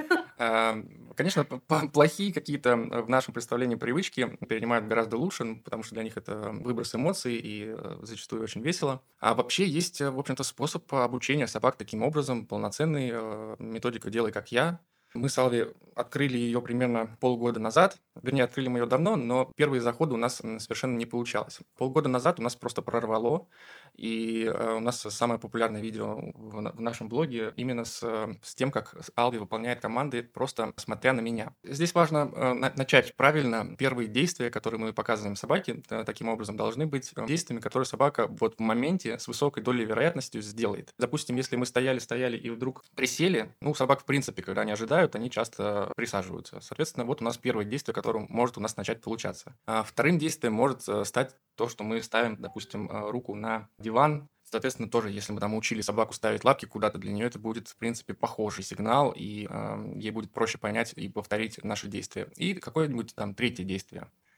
А, Конечно, п- п- плохие какие-то э, в нашем представлении привычки перенимают гораздо лучше, ну, потому что для них это выброс эмоций и э, зачастую очень весело. А вообще есть, э, в общем-то, способ обучения собак таким образом, полноценный, э, методика «Делай как я». Мы с Алви открыли ее примерно полгода назад. Вернее, открыли мы ее давно, но первые заходы у нас м, совершенно не получалось. Полгода назад у нас просто прорвало, и э, у нас самое популярное видео в, на- в нашем блоге именно с, э, с тем, как Алви выполняет команды, просто смотря на меня. Здесь важно э, на- начать правильно. Первые действия, которые мы показываем собаке, э, таким образом должны быть э, действиями, которые собака вот в моменте с высокой долей вероятности сделает. Допустим, если мы стояли-стояли и вдруг присели, ну, собак в принципе, когда они ожидают, они часто присаживаются. Соответственно, вот у нас первое действие, которое может у нас начать получаться. А вторым действием может э, стать то, что мы ставим, допустим, э, руку на диван. Соответственно, тоже, если мы там учили собаку ставить лапки куда-то, для нее это будет, в принципе, похожий сигнал, и э, ей будет проще понять и повторить наши действия. И какое-нибудь там третье действие.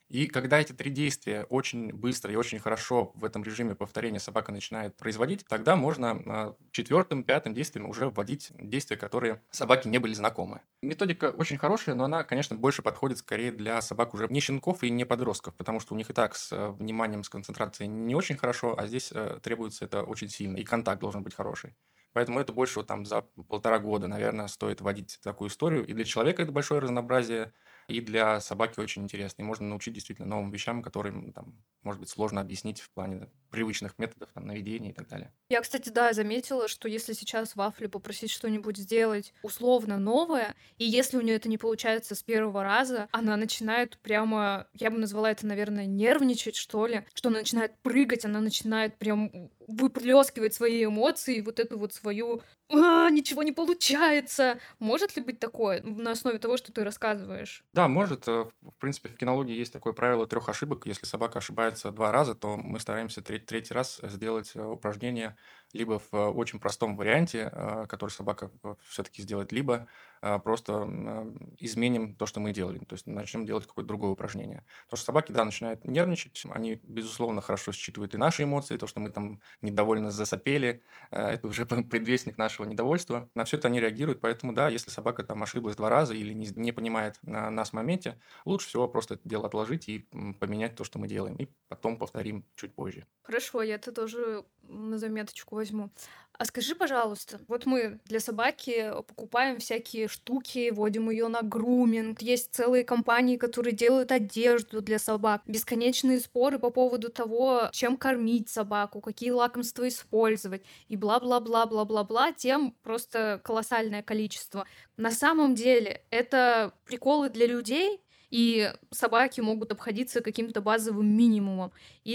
И когда эти три действия очень быстро и очень хорошо в этом режиме повторения собака начинает производить, тогда можно а, четвертым, пятым действием уже вводить действия, которые собаке не были знакомы. Методика очень хорошая, но она, конечно, больше подходит скорее для собак уже не щенков и не подростков, потому что у них и так с э, вниманием, с концентрацией не очень хорошо, а здесь э, требуется это очень сильно, и контакт должен быть хороший. Поэтому это больше вот там за полтора года, наверное, стоит вводить такую историю. И для человека это большое разнообразие, и для собаки очень интересно. И можно научить действительно новым вещам, которые, м, там, может быть, сложно объяснить в плане привычных методов, там, наведения и так далее. Я, кстати, да, заметила, что если сейчас Вафлю попросить что-нибудь сделать условно новое, и если у нее это не получается с первого раза, она начинает прямо, я бы назвала это, наверное, нервничать, что ли, что она начинает прыгать, она начинает прям выплескивать свои эмоции, вот эту вот свою «А, ничего не получается». Может ли быть такое на основе того, что ты рассказываешь? Да, может. э, В принципе, в кинологии есть такое правило трех ошибок. Если собака ошибается два раза, то мы стараемся треть- третий раз сделать э, упражнение либо в э, очень простом варианте, э, который собака все-таки сделает, либо э, просто м, изменим то, что мы делали. То есть начнем делать какое-то другое упражнение. Потому что собаки, да, начинают нервничать. Они, безусловно, хорошо считывают и наши эмоции, то, что мы там недовольно засопели. э, Это уже предвестник нашего недовольства. На все это они реагируют. Поэтому, да, если собака там ошиблась два раза или не, не понимает на- нас в моменте, лучше всего просто это дело отложить и м, поменять то, что мы делаем. И потом повторим чуть позже. Хорошо, я это тоже на заметочку возьму. А скажи, пожалуйста, вот мы для собаки покупаем всякие штуки, вводим ее на груминг. Есть целые компании, которые делают одежду для собак. Бесконечные споры по поводу того, чем кормить собаку, какие лакомства использовать и бла-бла-бла-бла-бла-бла. Тем просто колоссальное количество. На самом деле это приколы для людей, и собаки могут обходиться каким-то базовым минимумом.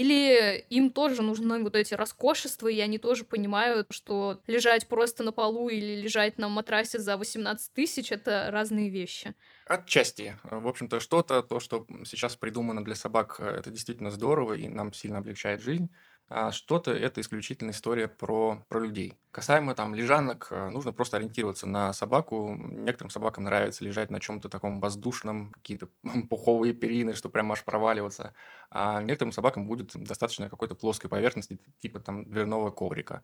Или им тоже нужны вот эти роскошества, и они тоже понимают, что лежать просто на полу или лежать на матрасе за восемнадцать тысяч — это разные вещи. Отчасти. Э, В общем-то, что-то, то, что сейчас придумано для собак, э, это действительно здорово и нам сильно облегчает жизнь. А что-то это исключительно история про, про людей. Касаемо там лежанок, э, нужно просто ориентироваться на собаку. Некоторым собакам нравится лежать на чем-то таком воздушном, какие-то пуховые перины, что прям аж проваливаться. А некоторым собакам будет достаточно какой-то плоской поверхности, типа там дверного коврика.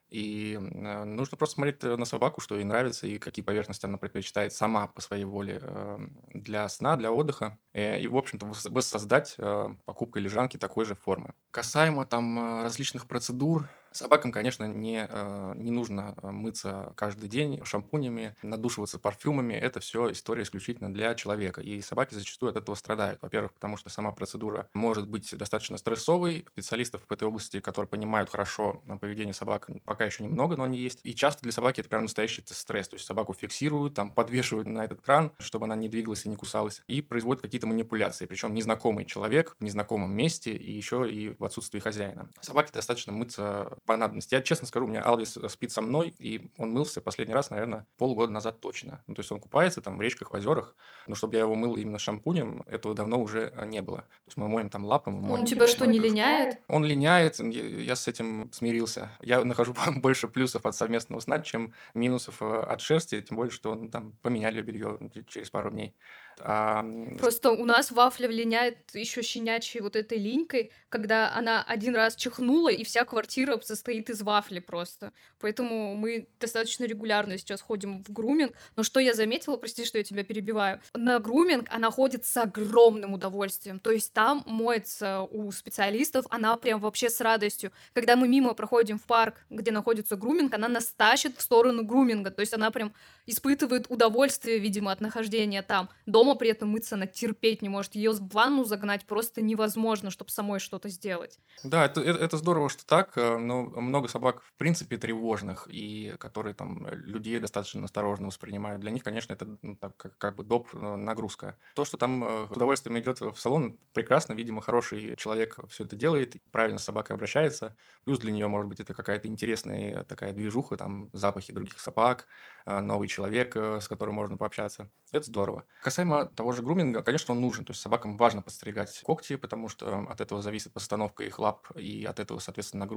И э, нужно просто смотреть э, на собаку, что ей нравится, и какие поверхности она предпочитает сама по своей воле э, для сна, для отдыха. Э, И, в общем-то, вос- воссоздать э, покупкой лежанки такой же формы. Касаемо там э, различных процедур, собакам, конечно, не, э, не нужно э, мыться каждый день шампунями, надушиваться парфюмами. Это все история исключительно для человека. И собаки зачастую от этого страдают. Во-первых, потому что сама процедура может быть достаточно стрессовой. Специалистов в этой области, которые понимают хорошо э, поведение собак, пока еще немного, но они есть. И часто для собаки это прям настоящий стресс. То есть собаку фиксируют, там подвешивают на этот кран, чтобы она не двигалась и не кусалась, и производят какие-то манипуляции. Причем незнакомый человек в незнакомом месте и еще и в отсутствии хозяина. Собаке достаточно мыться по надобности. Я честно скажу, у меня Алвис спит со мной, и он мылся последний раз, наверное, полгода назад точно. Ну, то есть он купается там в речках, в озерах, но чтобы я его мыл именно шампунем, этого давно уже э, не было. То есть мы моем там лапы, мы Он моем. тебя что, не линяет? Он линяет, я, я с этим смирился. Я нахожу больше плюсов от совместного сна, чем минусов э, от шерсти, тем более, что ну, там поменяли белье через пару дней. А, м, Просто у нас Вафля линяет еще щенячьей вот этой линькой, когда она один раз чихнула, и вся квартира состоит из вафли просто. Поэтому мы достаточно регулярно сейчас ходим в груминг. Но что я заметила, прости, что я тебя перебиваю, на груминг она ходит с огромным удовольствием. То есть там моется у специалистов, она прям вообще с радостью. Когда мы мимо проходим в парк, где находится груминг, она нас тащит в сторону груминга. То есть она прям испытывает удовольствие, видимо, от нахождения там. Дома при этом мыться она терпеть не может. Ее в ванну загнать просто невозможно, чтобы самой что-то сделать. Да, это, это, это здорово, что так, э, но много собак в принципе тревожных, и которые там э, людей достаточно осторожно воспринимают. Для них, конечно, это ну, так, как, как бы доп. э, Нагрузка. То, что там э, с удовольствием идет в салон, прекрасно, видимо, хороший человек все это делает, правильно с собакой обращается. Плюс для нее, может быть, это какая-то интересная такая движуха, там запахи других собак, э, новый человек, э, с которым можно пообщаться. Это здорово. Касаемо того же груминга, конечно, он нужен. То есть собакам важно подстригать когти, потому что от этого зависит постановка их лап, и от этого, соответственно, нагрузка на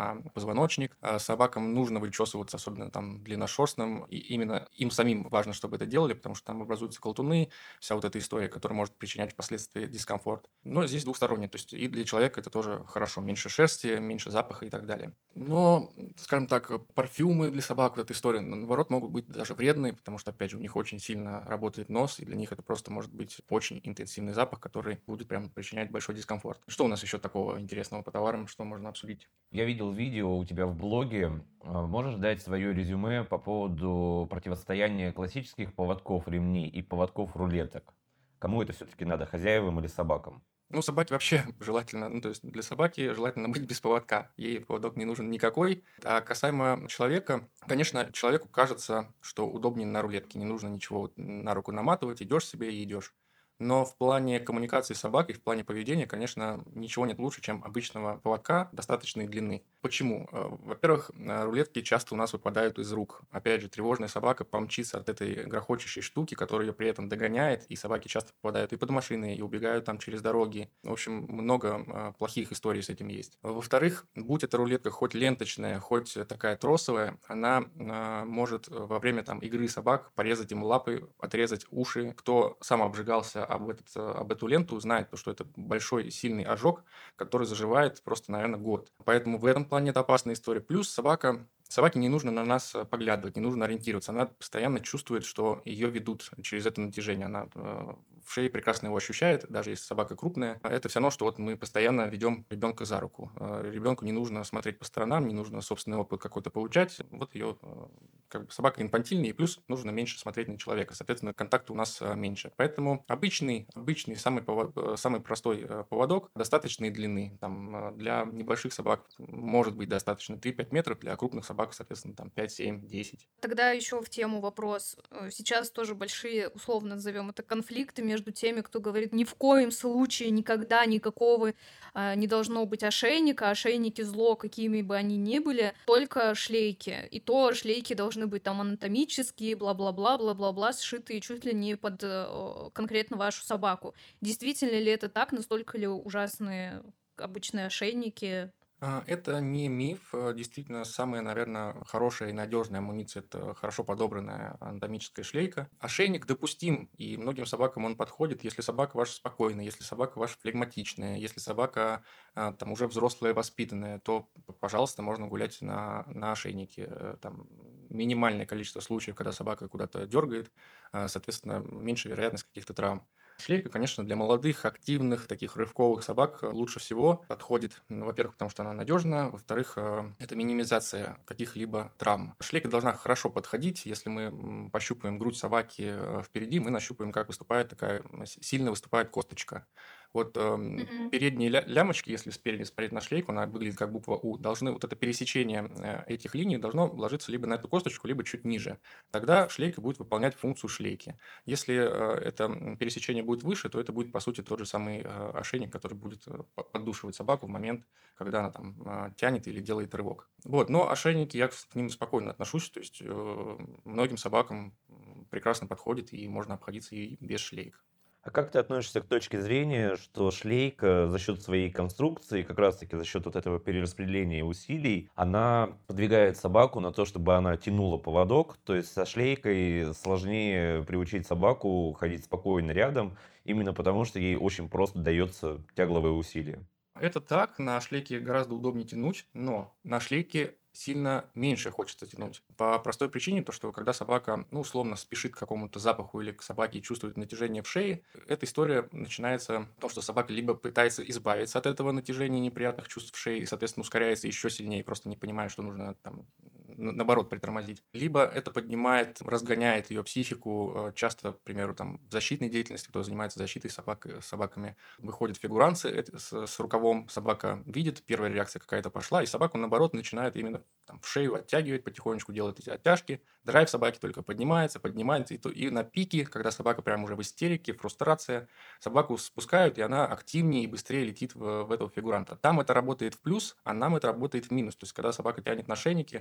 на позвоночник. А собакам нужно вычесываться, особенно там длинношерстным, и именно им самим важно, чтобы это делали, потому что там образуются колтуны, вся вот эта история, которая может причинять впоследствии дискомфорт. Но здесь двухсторонне, то есть и для человека это тоже хорошо, меньше шерсти, меньше запаха и так далее. Но, скажем так, парфюмы для собак, вот эта история, наоборот, могут быть даже вредные, потому что, опять же, у них очень сильно работает нос, и для них это просто может быть очень интенсивный запах, который будет прям причинять большой дискомфорт. Что у нас еще такого интересного по товарам, что можно обсудить? Я видел видео у тебя в блоге. А, Можешь дать свое резюме по поводу противостояния классических поводков ремней и поводков рулеток? Кому это все-таки надо, хозяевам или собакам? Ну, собаке вообще желательно, ну, то есть для собаки желательно быть без поводка. Ей поводок не нужен никакой. А касаемо человека, конечно, человеку кажется, что удобнее на рулетке, не нужно ничего вот на руку наматывать, идешь себе и идешь. Но в плане коммуникации с собакой, в плане поведения, конечно, ничего нет лучше, чем обычного поводка достаточной длины. Почему? Э, Во-первых, э, рулетки часто у нас выпадают из рук. Опять же, тревожная собака помчится от этой грохочущей штуки, которая ее при этом догоняет, и собаки часто попадают и под машины, и убегают там через дороги. В общем, много э, плохих историй с этим есть. Во-вторых, будь эта рулетка хоть ленточная, хоть такая тросовая, она э, может во время там игры собак порезать им лапы, отрезать уши. Кто сам обжигался об, этот, об эту ленту, знает, что это большой сильный ожог, который заживает просто, наверное, год. Поэтому в этом плане это опасная история. Плюс собака, собаке не нужно на нас поглядывать, не нужно ориентироваться. Она постоянно чувствует, что ее ведут через это натяжение. Она э, в шее прекрасно его ощущает, даже если собака крупная. Это все равно, что вот мы постоянно ведем ребенка за руку. Э, ребенку не нужно смотреть по сторонам, не нужно собственный опыт какой-то получать. Вот ее э, как бы собака инфантильнее, и плюс нужно меньше смотреть на человека. Соответственно, контакта у нас э, меньше. Поэтому обычный, обычный самый, повод, э, самый простой э, поводок достаточной длины. Там, э, для небольших собак может быть достаточно три-пять метров, для крупных собак, соответственно, там пять, семь, десять. Тогда еще в тему вопрос. Э, Сейчас тоже большие, условно назовем это, конфликты между теми, кто говорит, ни в коем случае, никогда никакого э, не должно быть ошейника, ошейники зло, какими бы они ни были, только шлейки. И то шлейки должны быть там анатомические, бла-бла-бла, бла-бла-бла, сшитые чуть ли не под э, конкретно вашу собаку. Действительно ли это так? Настолько ли ужасные обычные ошейники? А, Это не миф. э, Действительно, самая, наверное, хорошая и надежная амуниция – это хорошо подобранная анатомическая шлейка. Ошейник допустим, и многим собакам он подходит, если собака ваша спокойная, если собака ваша флегматичная, если собака а, там уже взрослая, воспитанная, то, п- пожалуйста, можно гулять на, на ошейнике. Э, Там минимальное количество случаев, когда собака куда-то дергает, а, соответственно, меньше вероятность каких-то травм. Шлейка, конечно, для молодых, активных, таких рывковых собак лучше всего подходит. Ну, Во-первых, потому что она надежна. Во-вторых, э, это минимизация каких-либо травм. Шлейка должна хорошо подходить. Если мы м, пощупаем грудь собаки э, впереди, мы нащупаем, как выступает такая м, с- сильно выступает косточка. Вот эм, Мгм. передние ля- лямочки, если спереди смотреть на шлейку, она выглядит как буква У, должны, вот это пересечение э, этих линий должно ложиться либо на эту косточку, либо чуть ниже. Тогда шлейка будет выполнять функцию шлейки. Если э, это м, пересечение будет выше, то это будет, по сути, тот же самый э, ошейник, который будет э, по- поддушивать собаку в момент, когда она там э, тянет или делает рывок. Вот, но ошейники, я к к ним спокойно отношусь, то есть э, многим собакам м, прекрасно подходит, и можно обходиться и без шлейк. А как ты относишься к точке зрения, что шлейка за счет своей конструкции, как раз-таки за счет вот этого перераспределения усилий, она подвигает собаку на то, чтобы она тянула поводок, то есть со шлейкой сложнее приучить собаку ходить спокойно рядом, именно потому что ей очень просто дается тягловое усилие. Это так, на шлейке гораздо удобнее тянуть, но на шлейке сильно меньше хочется тянуть. По простой причине, то, что когда собака, ну, условно, спешит к какому-то запаху или к собаке и чувствует натяжение в шее, эта история начинается в том, что собака либо пытается избавиться от этого натяжения неприятных чувств в шее и, соответственно, ускоряется еще сильнее, просто не понимая, что нужно там на- наоборот притормозить. Либо это поднимает, разгоняет ее психику. Э, Часто, к примеру, там в защитной деятельности, кто занимается защитой собак, э, собаками, выходят фигуранцы это- с, с рукавом, собака видит, первая реакция какая-то пошла, и собака, наоборот, начинает именно там, в шею оттягивать, потихонечку делает эти оттяжки. Драйв собаки только поднимается, поднимается, и, то- и на пике, когда собака прям уже в истерике, фрустрация, собаку спускают, и она активнее и быстрее летит в, в этого фигуранта. Там это работает в плюс, а нам это работает в минус. То есть, когда собака тянет на шейнике, она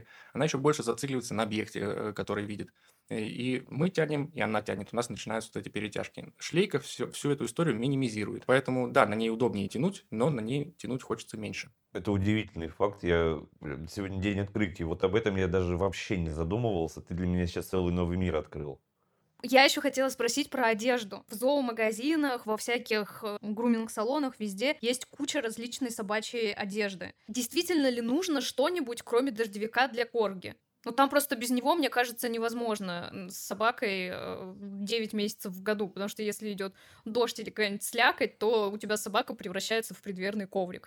она еще больше зацикливается на объекте, э, который видит. Э, И мы тянем, и она тянет. У нас начинаются вот эти перетяжки. Шлейка всю, всю эту историю минимизирует. Поэтому, да, на ней удобнее тянуть, но на ней тянуть хочется меньше. Это удивительный факт. Я блин, сегодня день открытий. Вот об этом я даже вообще не задумывался. Ты для меня сейчас целый новый мир открыл. Я еще хотела спросить про одежду. В зоомагазинах, во всяких э, груминг-салонах, везде есть куча различной собачьей одежды. Действительно ли нужно что-нибудь, кроме дождевика для корги? Ну, там просто без него, мне кажется, невозможно м, с собакой э, девять месяцев в году, потому что если идет дождь или какая-нибудь слякоть, то у тебя собака превращается в предверный коврик.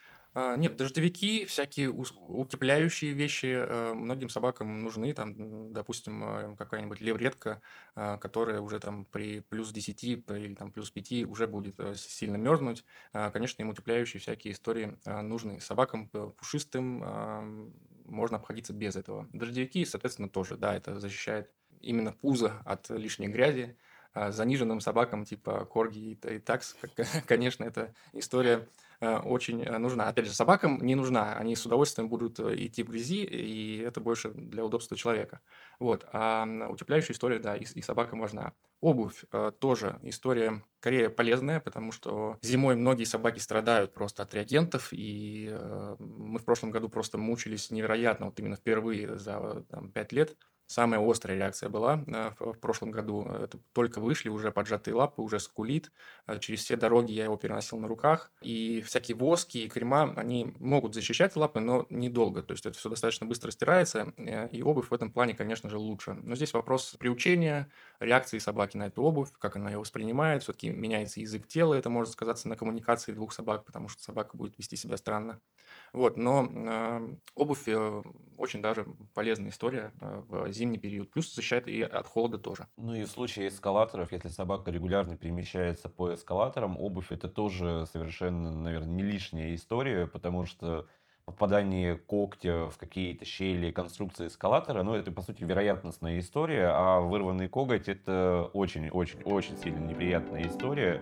А, Нет, дождевики, всякие ус- утепляющие вещи э, многим собакам нужны. Там, м, допустим, э, какая-нибудь левретка, а, которая уже там при плюс десяти п- или там плюс пяти уже будет э, с- сильно мерзнуть. А, Конечно, им утепляющие всякие истории а, нужны. Собакам э, пушистым а, м, можно обходиться без этого. Дождевики, соответственно, тоже, да, это защищает именно пузо от лишней грязи. А Заниженным собакам типа корги и, т- и такс, конечно, эта история э, очень э, нужна. Опять же, собакам не нужна, они с удовольствием будут э, идти в грязи, и это больше для удобства человека. Вот. А м, утепляющая история, да, и, с- и собакам важна. Обувь э, тоже история скорее полезная, потому что зимой многие собаки страдают просто от реагентов, и э, мы в прошлом году просто мучились невероятно, вот именно впервые за там, пять лет. Самая острая реакция была э, в в прошлом году. Это только вышли, уже поджатые лапы, уже скулит. Э, Через все дороги я его переносил на руках. И всякие воски и крема, они могут защищать лапы, но недолго. То есть это все достаточно быстро стирается, э, и обувь в этом плане, конечно же, лучше. Но здесь вопрос приучения, реакции собаки на эту обувь, как она ее воспринимает. Все-таки меняется язык тела, это может сказаться на коммуникации двух собак, потому что собака будет вести себя странно. Вот, но э, обувь э, очень даже полезная история э, в зимний период. Плюс защищает и от холода тоже. Ну и в случае эскалаторов, если собака регулярно перемещается по эскалаторам, обувь это тоже совершенно, наверное, не лишняя история, потому что попадание когтя в какие-то щели конструкции эскалатора, ну это по сути вероятностная история, а вырванный коготь это очень-очень-очень сильно неприятная история.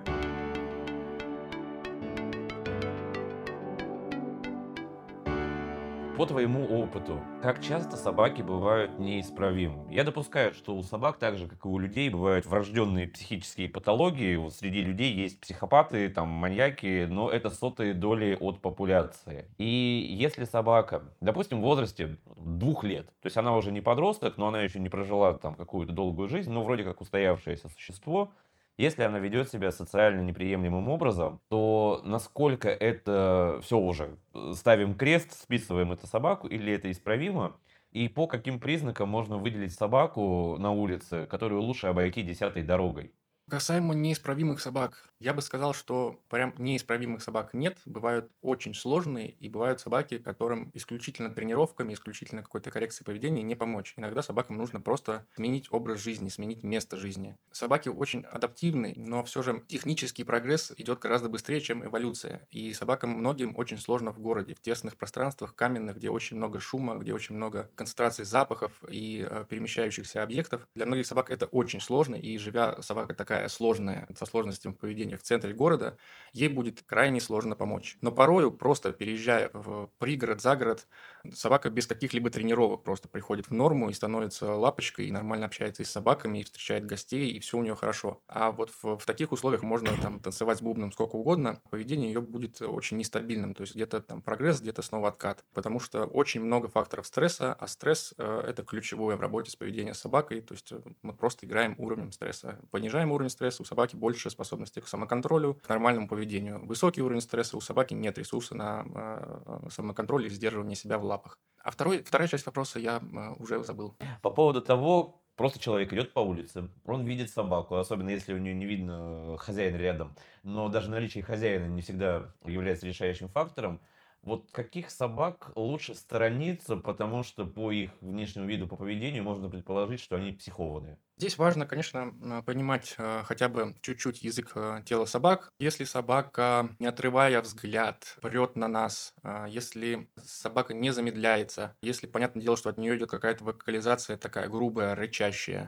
По твоему опыту, как часто собаки бывают неисправимы? Я допускаю, что у собак, так же как и у людей, бывают врожденные психические патологии. Вот среди людей есть психопаты, там, маньяки, но это сотые доли от популяции. И если собака, допустим, в возрасте двух лет, то есть она уже не подросток, но она еще не прожила там какую-то долгую жизнь, но вроде как устоявшееся существо, если она ведет себя социально неприемлемым образом, то насколько это все уже, э, ставим крест, списываем это собаку, или это исправимо, и по каким признакам можно выделить собаку на улице, которую лучше обойти десятой дорогой? Касаемо неисправимых собак, я бы сказал, что прям неисправимых собак нет. Бывают очень сложные, и бывают собаки, которым исключительно тренировками, исключительно какой-то коррекцией поведения не помочь. Иногда собакам нужно просто сменить образ жизни, сменить место жизни. Собаки очень адаптивны, но все же технический прогресс идет гораздо быстрее, чем эволюция. И собакам многим очень сложно в городе, в тесных пространствах, каменных, где очень много шума, где очень много концентрации запахов и э, перемещающихся объектов. Для многих собак это очень сложно, и живя собака такая сложная, со сложностями поведения в центре города, ей будет крайне сложно помочь. Но порою, просто переезжая в пригород, за город, собака без каких-либо тренировок просто приходит в норму и становится лапочкой, и нормально общается и с собаками, и встречает гостей, и все у нее хорошо. А вот в, в таких условиях можно там танцевать с бубном сколько угодно, поведение ее будет очень нестабильным, то есть где-то там прогресс, где-то снова откат, потому что очень много факторов стресса, а стресс э, это ключевое в работе с поведением с собакой, то есть э, мы просто играем уровнем стресса, понижаем уровень стресса, у собаки больше способностей к самоконтролю, к нормальному поведению. Высокий уровень стресса, у собаки нет ресурса на э, самоконтроль и сдерживание себя в лапах. А второй, вторая часть вопроса я э, уже забыл. По поводу того, просто человек идет по улице, он видит собаку, особенно если у нее не видно хозяина рядом, но даже наличие хозяина не всегда является решающим фактором. Вот каких собак лучше сторониться, потому что по их внешнему виду, по поведению можно предположить, что они психованные. Здесь важно, конечно, м, понимать э, хотя бы чуть-чуть язык э, тела собак. Если собака, не отрывая взгляд, прет на нас, э, если собака не замедляется, если, понятное дело, что от нее идет какая-то вокализация такая грубая, рычащая,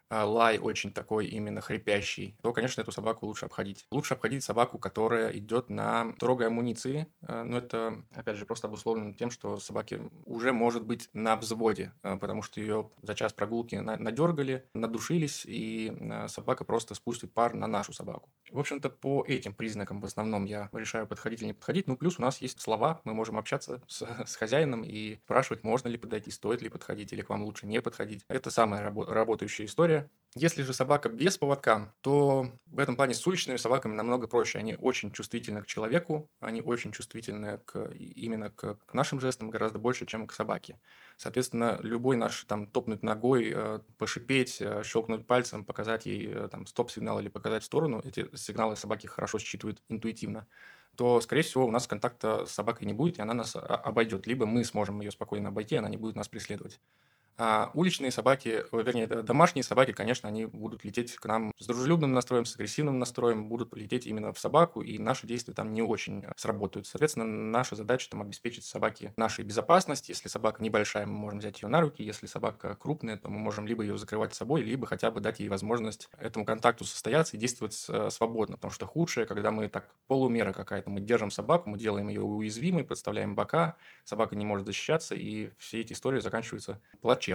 а, лай очень такой именно хрипящий, то, конечно, эту собаку лучше обходить. Лучше обходить собаку, которая идет на строгой амуниции. А, Но это, опять же, просто обусловлено тем, что собаке уже может быть на взводе, а, потому что ее за час прогулки на- надергали, надушились, и а, собака просто спустит пар на нашу собаку. В общем-то, по этим признакам в основном я решаю, подходить или не подходить. Ну, плюс у нас есть слова, мы можем общаться с, с хозяином и спрашивать, можно ли подойти, стоит ли подходить, или к вам лучше не подходить. Это самая рабо- работающая история. Если же собака без поводка, то в этом плане с уличными собаками намного проще. Они очень чувствительны к человеку, они очень чувствительны к, именно к, к нашим жестам гораздо больше, чем к собаке. Соответственно, любой наш там топнуть ногой, э, пошипеть, э, щелкнуть пальцем, показать ей э, там стоп-сигнал или показать в сторону, эти сигналы собаки хорошо считывают интуитивно, то, скорее всего, у нас контакта с собакой не будет, и она нас а- обойдет. Либо мы сможем ее спокойно обойти, она не будет нас преследовать. А уличные собаки, о, вернее, д- домашние собаки, конечно, они будут лететь к нам с дружелюбным настроем, с агрессивным настроем, будут лететь именно в собаку, и наши действия там не очень э, сработают. Соответственно, наша задача там обеспечить собаке нашей безопасность. Если собака небольшая, мы можем взять ее на руки. Если собака крупная, то мы можем либо ее закрывать собой, либо хотя бы дать ей возможность этому контакту состояться и действовать э, свободно. Потому что худшее, когда мы так полумера какая-то, мы держим собаку, мы делаем ее уязвимой, подставляем бока, собака не может защищаться, и все эти истории заканчиваются плачевно.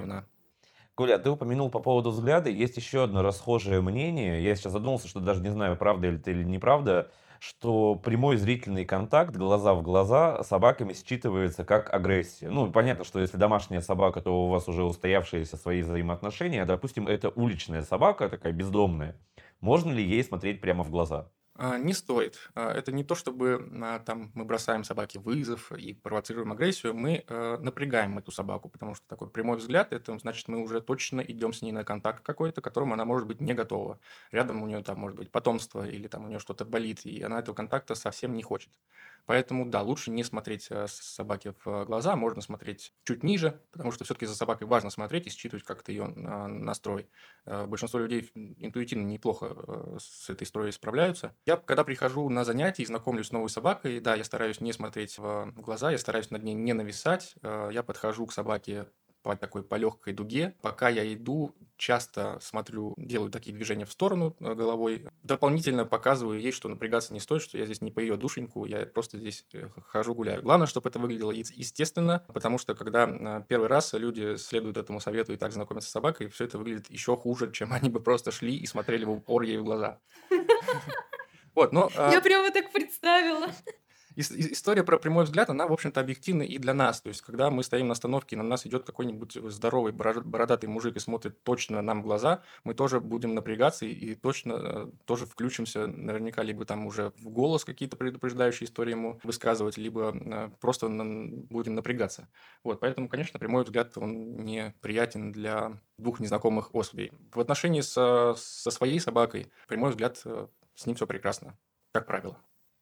Коля, ты упомянул по поводу взгляда. Есть еще одно расхожее мнение. Я сейчас задумался, что даже не знаю, правда ли это или неправда, что прямой зрительный контакт, глаза в глаза, собаками считывается как агрессия. Ну, понятно, что если домашняя собака, то у вас уже устоявшиеся свои взаимоотношения. А, допустим, это уличная собака, такая бездомная. Можно ли ей смотреть прямо в глаза? А, Не стоит. А, Это не то, чтобы а, там мы бросаем собаке вызов и провоцируем агрессию, мы э, напрягаем эту собаку, потому что такой прямой взгляд, это значит, мы уже точно идем с ней на контакт какой-то, к которому она может быть не готова. Рядом у нее там может быть потомство или там у нее что-то болит, и она этого контакта совсем не хочет. Поэтому, да, лучше не смотреть э, с- собаке в э, глаза, можно смотреть чуть ниже, потому что все-таки за собакой важно смотреть и считывать как-то ее а, настрой. Э, Большинство людей интуитивно неплохо э, с этой историей справляются. Я, когда прихожу на занятия и знакомлюсь с новой собакой, да, я стараюсь не смотреть в глаза, я стараюсь над ней не нависать. Э, Я подхожу к собаке по такой по легкой дуге. Пока я иду, часто смотрю, делаю такие движения в сторону э, головой. Дополнительно показываю ей, что напрягаться не стоит, что я здесь не по ее душеньку, я просто здесь э, хожу, гуляю. Главное, чтобы это выглядело е- естественно, потому что когда э, первый раз люди следуют этому совету и так знакомятся с собакой, все это выглядит еще хуже, чем они бы просто шли и смотрели в упор ей в глаза. Вот, но Я а, прямо так представила. ис- ис- история про прямой взгляд, она, в общем-то, объективна и для нас. То есть, когда мы стоим на остановке, и на нас идет какой-нибудь здоровый бора- бородатый мужик и смотрит точно нам в глаза, мы тоже будем напрягаться и, и точно э, тоже включимся, наверняка, либо там уже в голос какие-то предупреждающие истории ему высказывать, либо э, просто нам будем напрягаться. Вот, поэтому, конечно, прямой взгляд, он неприятен для двух незнакомых особей. В отношении со, со своей собакой прямой взгляд, э, с ним все прекрасно, как правило.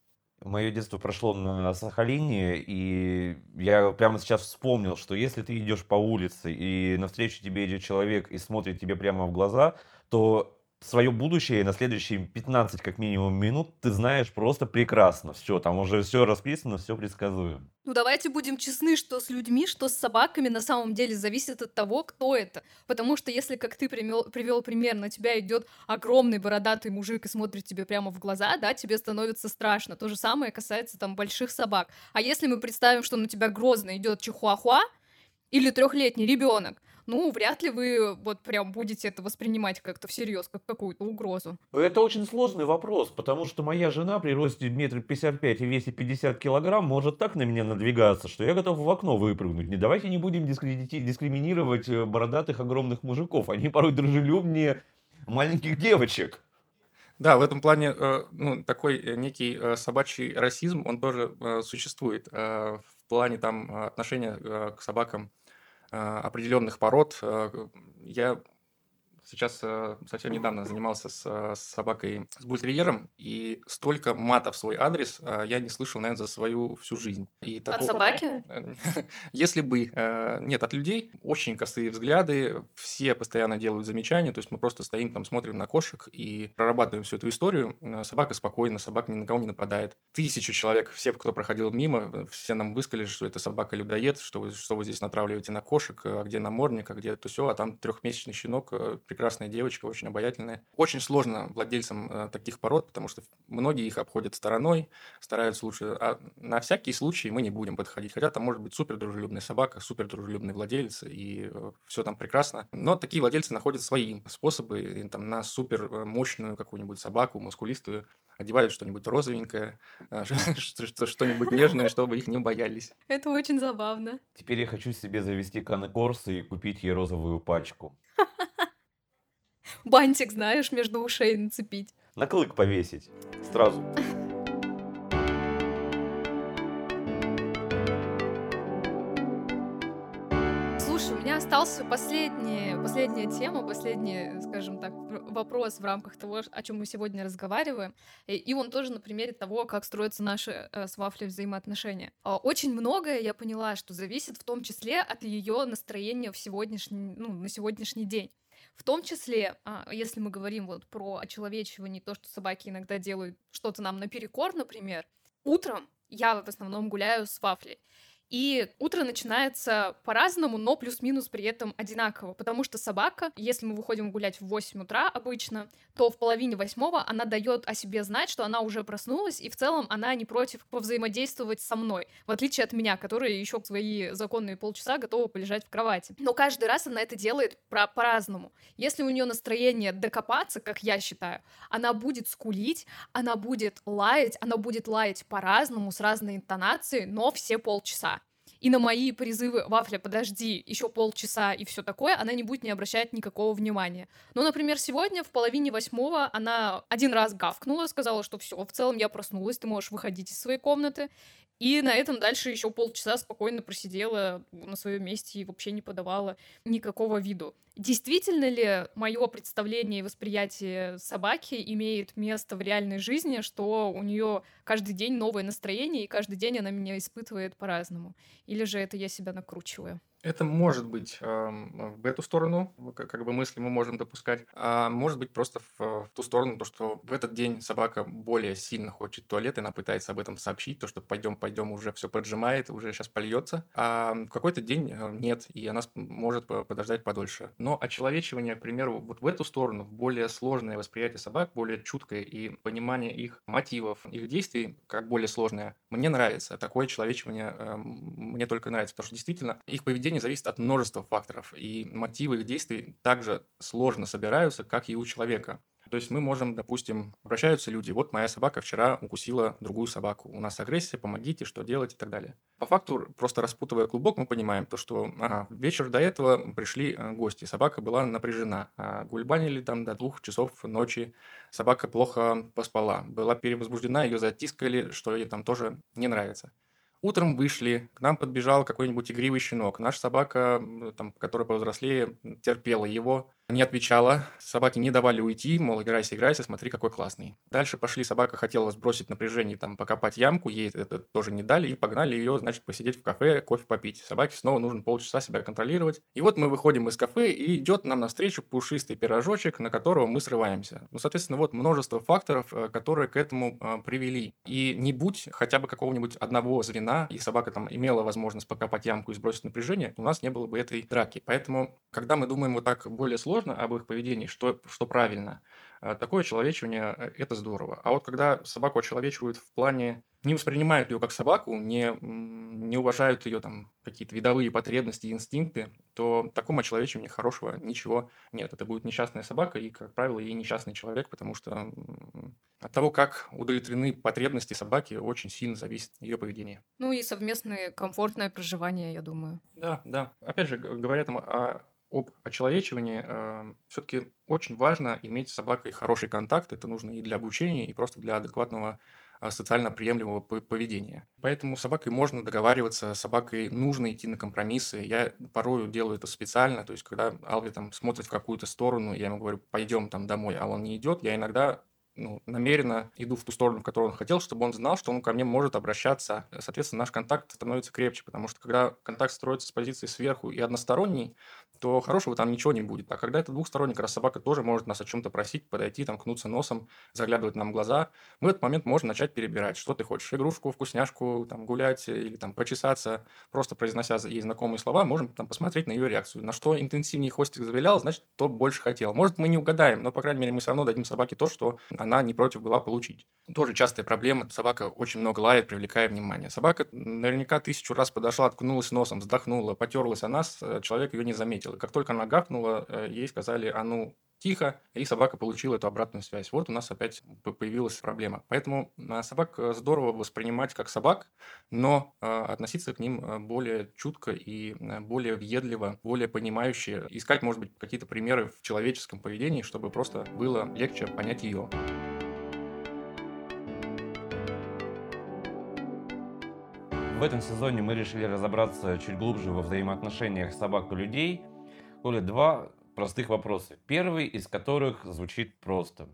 Мое детство прошло на Сахалине, и я прямо сейчас вспомнил, что если ты идешь по улице, и навстречу тебе идет человек и смотрит тебе прямо в глаза, то свое будущее на следующие пятнадцать как минимум минут ты знаешь просто прекрасно. Все, там уже все расписано, все предсказуемо. Ну, давайте будем честны, что с людьми, что с собаками на самом деле зависит от того, кто это. Потому что если, как ты привел, привел пример, на тебя идет огромный бородатый мужик и смотрит тебе прямо в глаза, да, тебе становится страшно. То же самое касается там больших собак. А если мы представим, что на тебя грозно идет чихуахуа или трехлетний ребенок, ну, вряд ли вы вот прям будете это воспринимать как-то всерьез, как какую-то угрозу. Это очень сложный вопрос, потому что моя жена при росте метр пятьдесят пять и весе пятьдесят килограмм может так на меня надвигаться, что я готов в окно выпрыгнуть. Не давайте не будем дискредити- дискриминировать э, бородатых огромных мужиков. Они порой дружелюбнее маленьких девочек. Да, в этом плане э, ну, такой э, некий э, собачий расизм, он тоже э, существует. Э, В плане там э, отношения э, к собакам э, определенных пород. Э, Я сейчас э, совсем недавно занимался с, э, с собакой, с бультерьером, и столько мата в свой адрес э, я не слышал, наверное, за свою всю жизнь. И От такого- собаки? Э, Если бы э, нет от людей, очень косые взгляды, все постоянно делают замечания, то есть мы просто стоим там, смотрим на кошек и прорабатываем всю эту историю. Э, Собака спокойна, собака ни на кого не нападает. Тысячу человек, все, кто проходил мимо, э, все нам высказали, что это собака-людоед, что вы, что вы здесь натравливаете на кошек, а где намордник, а где это все, а там трехмесячный щенок э, прекрасная девочка, очень обаятельная. Очень сложно владельцам э, таких пород, потому что многие их обходят стороной, стараются лучше. А на всякий случай мы не будем подходить. Хотя там может быть супер дружелюбная собака, супер дружелюбный владелец, и э, все там прекрасно. Но такие владельцы находят свои способы. И, там, на супер мощную какую-нибудь собаку, мускулистую, одевают что-нибудь розовенькое, э, что- что-нибудь нежное, чтобы их не боялись. Это очень забавно. Теперь я хочу себе завести канекорс и купить ей розовую пачку. Бантик, знаешь, между ушей нацепить. На клык повесить. Сразу. Слушай, у меня остался последний, последняя тема, последний, скажем так, в- вопрос в рамках того, о чем мы сегодня разговариваем. И, и он тоже на примере того, как строятся наши э, с Вафлей взаимоотношения. А, Очень многое я поняла, что зависит в том числе от ее настроения в сегодняшний, ну, на сегодняшний день. В том числе, а, если мы говорим вот про очеловечивание, то, что собаки иногда делают что-то нам наперекор, например, утром я в основном гуляю с Вафлей. И утро начинается по-разному, но плюс-минус при этом одинаково, потому что собака, если мы выходим гулять в восемь утра обычно, то в половине восьмого она дает о себе знать, что она уже проснулась, и в целом она не против повзаимодействовать со мной, в отличие от меня, которая еще в свои законные полчаса готова полежать в кровати. Но каждый раз она это делает про- по-разному. Если у нее настроение докопаться, как я считаю, она будет скулить, она будет лаять, она будет лаять по-разному, с разной интонацией, но все полчаса. И на мои призывы «Вафля, подожди, еще полчаса» и все такое, она не будет не обращать никакого внимания. Но, например, сегодня в половине восьмого она один раз гавкнула, сказала, что все, в целом я проснулась, ты можешь выходить из своей комнаты. И на этом дальше еще полчаса спокойно просидела на своем месте и вообще не подавала никакого виду. Действительно ли мое представление и восприятие собаки имеет место в реальной жизни, что у нее каждый день новое настроение, и каждый день она меня испытывает по-разному? Или же это я себя накручиваю? Это может быть эм, в эту сторону, ну, как, как бы мысли мы можем допускать, а может быть просто в, в ту сторону, то, что в этот день собака более сильно хочет туалет, и она пытается об этом сообщить, то, что пойдем, пойдем, уже все поджимает, уже сейчас польется, а в какой-то день э, нет, и она с- может по- подождать подольше. Но очеловечивание, к примеру, вот в эту сторону, в более сложное восприятие собак, более чуткое и понимание их мотивов, их действий, как более сложное, мне нравится. Такое очеловечивание э, мне только нравится, потому что действительно их поведение зависит от множества факторов, и мотивы их действий также сложно собираются, как и у человека. То есть мы можем, допустим, обращаются люди, вот моя собака вчера укусила другую собаку, у нас агрессия, помогите, что делать и так далее. По факту, просто распутывая клубок, мы понимаем то, что ага, вечер до этого пришли э, гости, собака была напряжена, а гульбанили там до двух часов ночи, собака плохо поспала, была перевозбуждена, ее затискали, что ей там тоже не нравится. Утром вышли, к нам подбежал какой-нибудь игривый щенок. Наша собака, м, там, которая повзрослее, м, терпела его, не отвечала. Собаки не давали уйти, мол, играйся, играйся, смотри, какой классный. Дальше пошли, собака хотела сбросить напряжение, там, покопать ямку, ей это тоже не дали, и погнали ее, значит, посидеть в кафе, кофе попить. Собаке снова нужно полчаса себя контролировать. И вот мы выходим из кафе, и идет нам навстречу пушистый пирожочек, на которого мы срываемся. Ну, соответственно, вот множество факторов, э, которые к этому э, привели. И не будь хотя бы какого-нибудь одного звена, и собака там имела возможность покопать ямку и сбросить напряжение, у нас не было бы этой драки. Поэтому, когда мы думаем вот так более сложно об их поведении, что, что правильно, э, такое человечивание э, это здорово. А вот когда собаку очеловечивают в плане не воспринимают ее как собаку, не, м, не уважают ее там какие-то видовые потребности и инстинкты, то в таком очеловечивании хорошего ничего нет. Это будет несчастная собака и, как правило, и несчастный человек, потому что м, от того, как удовлетворены потребности собаки, очень сильно зависит ее поведение. Ну и совместное комфортное проживание, я думаю. Да, да. Опять же, г- говоря там о, об очеловечивании, все-таки очень важно иметь с собакой хороший контакт. Это нужно и для обучения, и просто для адекватного а, социально приемлемого п- поведения. Поэтому с собакой можно договариваться, с собакой нужно идти на компромиссы. Я порою делаю это специально, то есть когда Алви там смотрит в какую-то сторону, я ему говорю, пойдем там домой, а он не идет, я иногда ну, намеренно иду в ту сторону, в которую он хотел, чтобы он знал, что он ко мне может обращаться. Соответственно, наш контакт становится крепче, потому что когда контакт строится с позиции сверху и односторонний, то хорошего там ничего не будет. А когда это двухсторонний, как раз собака тоже может нас о чем-то просить, подойти, там, кнуться носом, заглядывать нам в глаза, мы в этот момент можем начать перебирать, что ты хочешь, игрушку, вкусняшку, там, гулять или там почесаться, просто произнося ей знакомые слова, можем там посмотреть на ее реакцию. На что интенсивнее хвостик завилял, значит, то больше хотел. Может, мы не угадаем, но, по крайней мере, мы все равно дадим собаке то, что она не против была получить. Тоже частая проблема. Собака очень много лает, привлекая внимание. Собака наверняка тысячу раз подошла, ткнулась носом, вздохнула, потерлась о нас, человек ее не заметил. И как только она гавкнула, ей сказали: а ну, тихо, и собака получила эту обратную связь. Вот у нас опять появилась проблема. Поэтому собак здорово воспринимать как собак, но относиться к ним более чутко и более въедливо, более понимающе. Искать, может быть, какие-то примеры в человеческом поведении, чтобы просто было легче понять ее. В этом сезоне мы решили разобраться чуть глубже во взаимоотношениях собак и людей. Коля, два простых вопроса. Первый из которых звучит просто.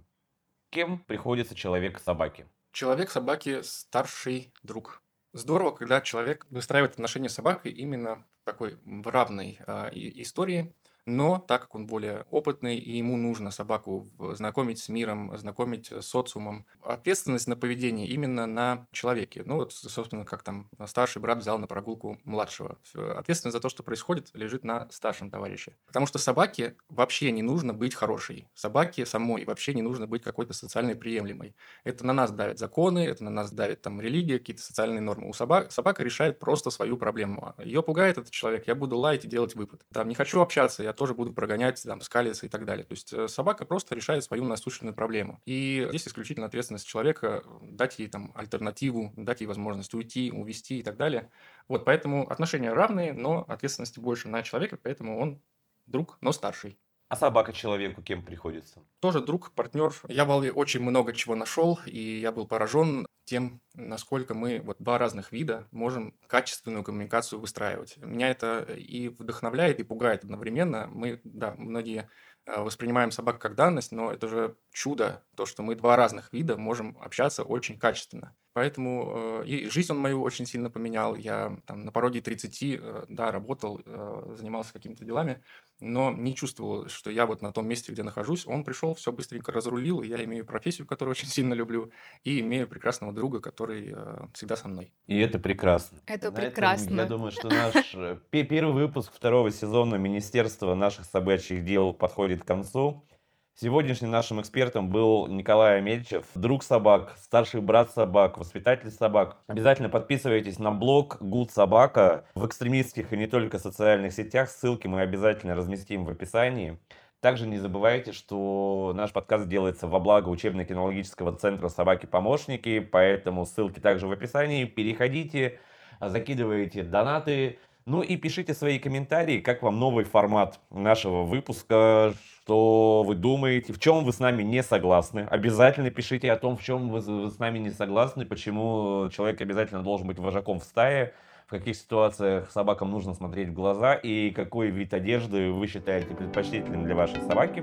Кем приходится человек собаке? Человек собаки – старший друг. Здорово, когда человек выстраивает отношения с собакой именно в такой в равной э, истории, но так как он более опытный, и ему нужно собаку знакомить с миром, знакомить с социумом, ответственность на поведение именно на человеке. Ну вот, собственно, как там старший брат взял на прогулку младшего. Ответственность за то, что происходит, лежит на старшем товарище. Потому что собаке вообще не нужно быть хорошей. Собаке самой вообще не нужно быть какой-то социально приемлемой. Это на нас давят законы, это на нас давит там религия, какие-то социальные нормы. У собак собака решает просто свою проблему. Ее пугает этот человек, я буду лаять и делать выпад. Там не хочу общаться, я тоже буду прогонять, там, скалиться и так далее. То есть собака просто решает свою насущную проблему. И здесь исключительно ответственность человека дать ей там альтернативу, дать ей возможность уйти, увести и так далее. Вот, поэтому отношения равные, но ответственности больше на человека, поэтому он друг, но старший. А собака человеку кем приходится? Тоже друг, партнер. Я в Алве очень много чего нашел, и я был поражен тем, насколько мы, вот два разных вида, можем качественную коммуникацию выстраивать. Меня это и вдохновляет, и пугает одновременно. Мы, да, многие воспринимаем собак как данность, но это же чудо, то, что мы два разных вида можем общаться очень качественно. Поэтому э, и жизнь он мою очень сильно поменял. Я там на пороге тридцати, э, да, работал, э, занимался какими-то делами, но не чувствовал, что я вот на том месте, где нахожусь. Он пришел, все быстренько разрулил, и я имею профессию, которую очень сильно люблю, и имею прекрасного друга, который э, всегда со мной. И это прекрасно. Это На прекрасно. этом, я думаю, что наш э, пе- первый выпуск второго сезона Министерства наших собачьих дел подходит к концу. Сегодняшним нашим экспертом был Николай Амельчев, друг собак, старший брат собак, воспитатель собак. Обязательно подписывайтесь на блог Good Собака в экстремистских и не только социальных сетях. Ссылки мы обязательно разместим в описании. Также не забывайте, что наш подкаст делается во благо учебно-кинологического центра «Собаки-помощники», поэтому ссылки также в описании. Переходите, закидывайте донаты. Ну и пишите свои комментарии, как вам новый формат нашего выпуска, что вы думаете, в чем вы с нами не согласны. Обязательно пишите о том, в чем вы с нами не согласны, почему человек обязательно должен быть вожаком в стае, в каких ситуациях собакам нужно смотреть в глаза и какой вид одежды вы считаете предпочтительным для вашей собаки.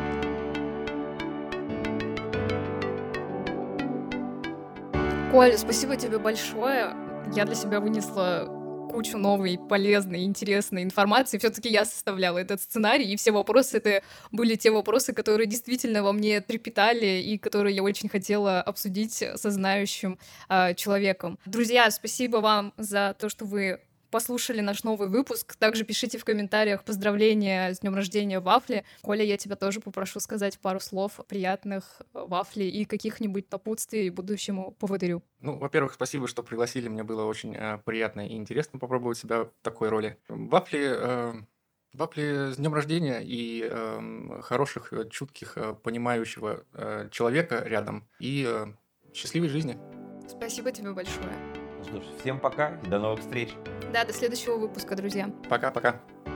Коля, спасибо тебе большое. Я для себя вынесла кучу новой, полезной, интересной информации. Все-таки я составляла этот сценарий, и все вопросы это были те вопросы, которые действительно во мне трепетали и которые я очень хотела обсудить со знающим э, человеком. Друзья, спасибо вам за то, что вы послушали наш новый выпуск. Также пишите в комментариях поздравления с днем рождения Вафли. Коля, я тебя тоже попрошу сказать пару слов приятных Вафли и каких-нибудь напутствий будущему поводырю. Ну, во-первых, спасибо, что пригласили. Мне было очень э, приятно и интересно попробовать себя в такой роли. Вафли... Э... Вафли с днем рождения и э, хороших, чутких, э, понимающего э, человека рядом и э, счастливой жизни. Спасибо тебе большое. Ну что ж, всем пока и до новых встреч. Да, до следующего выпуска, друзья. Пока-пока.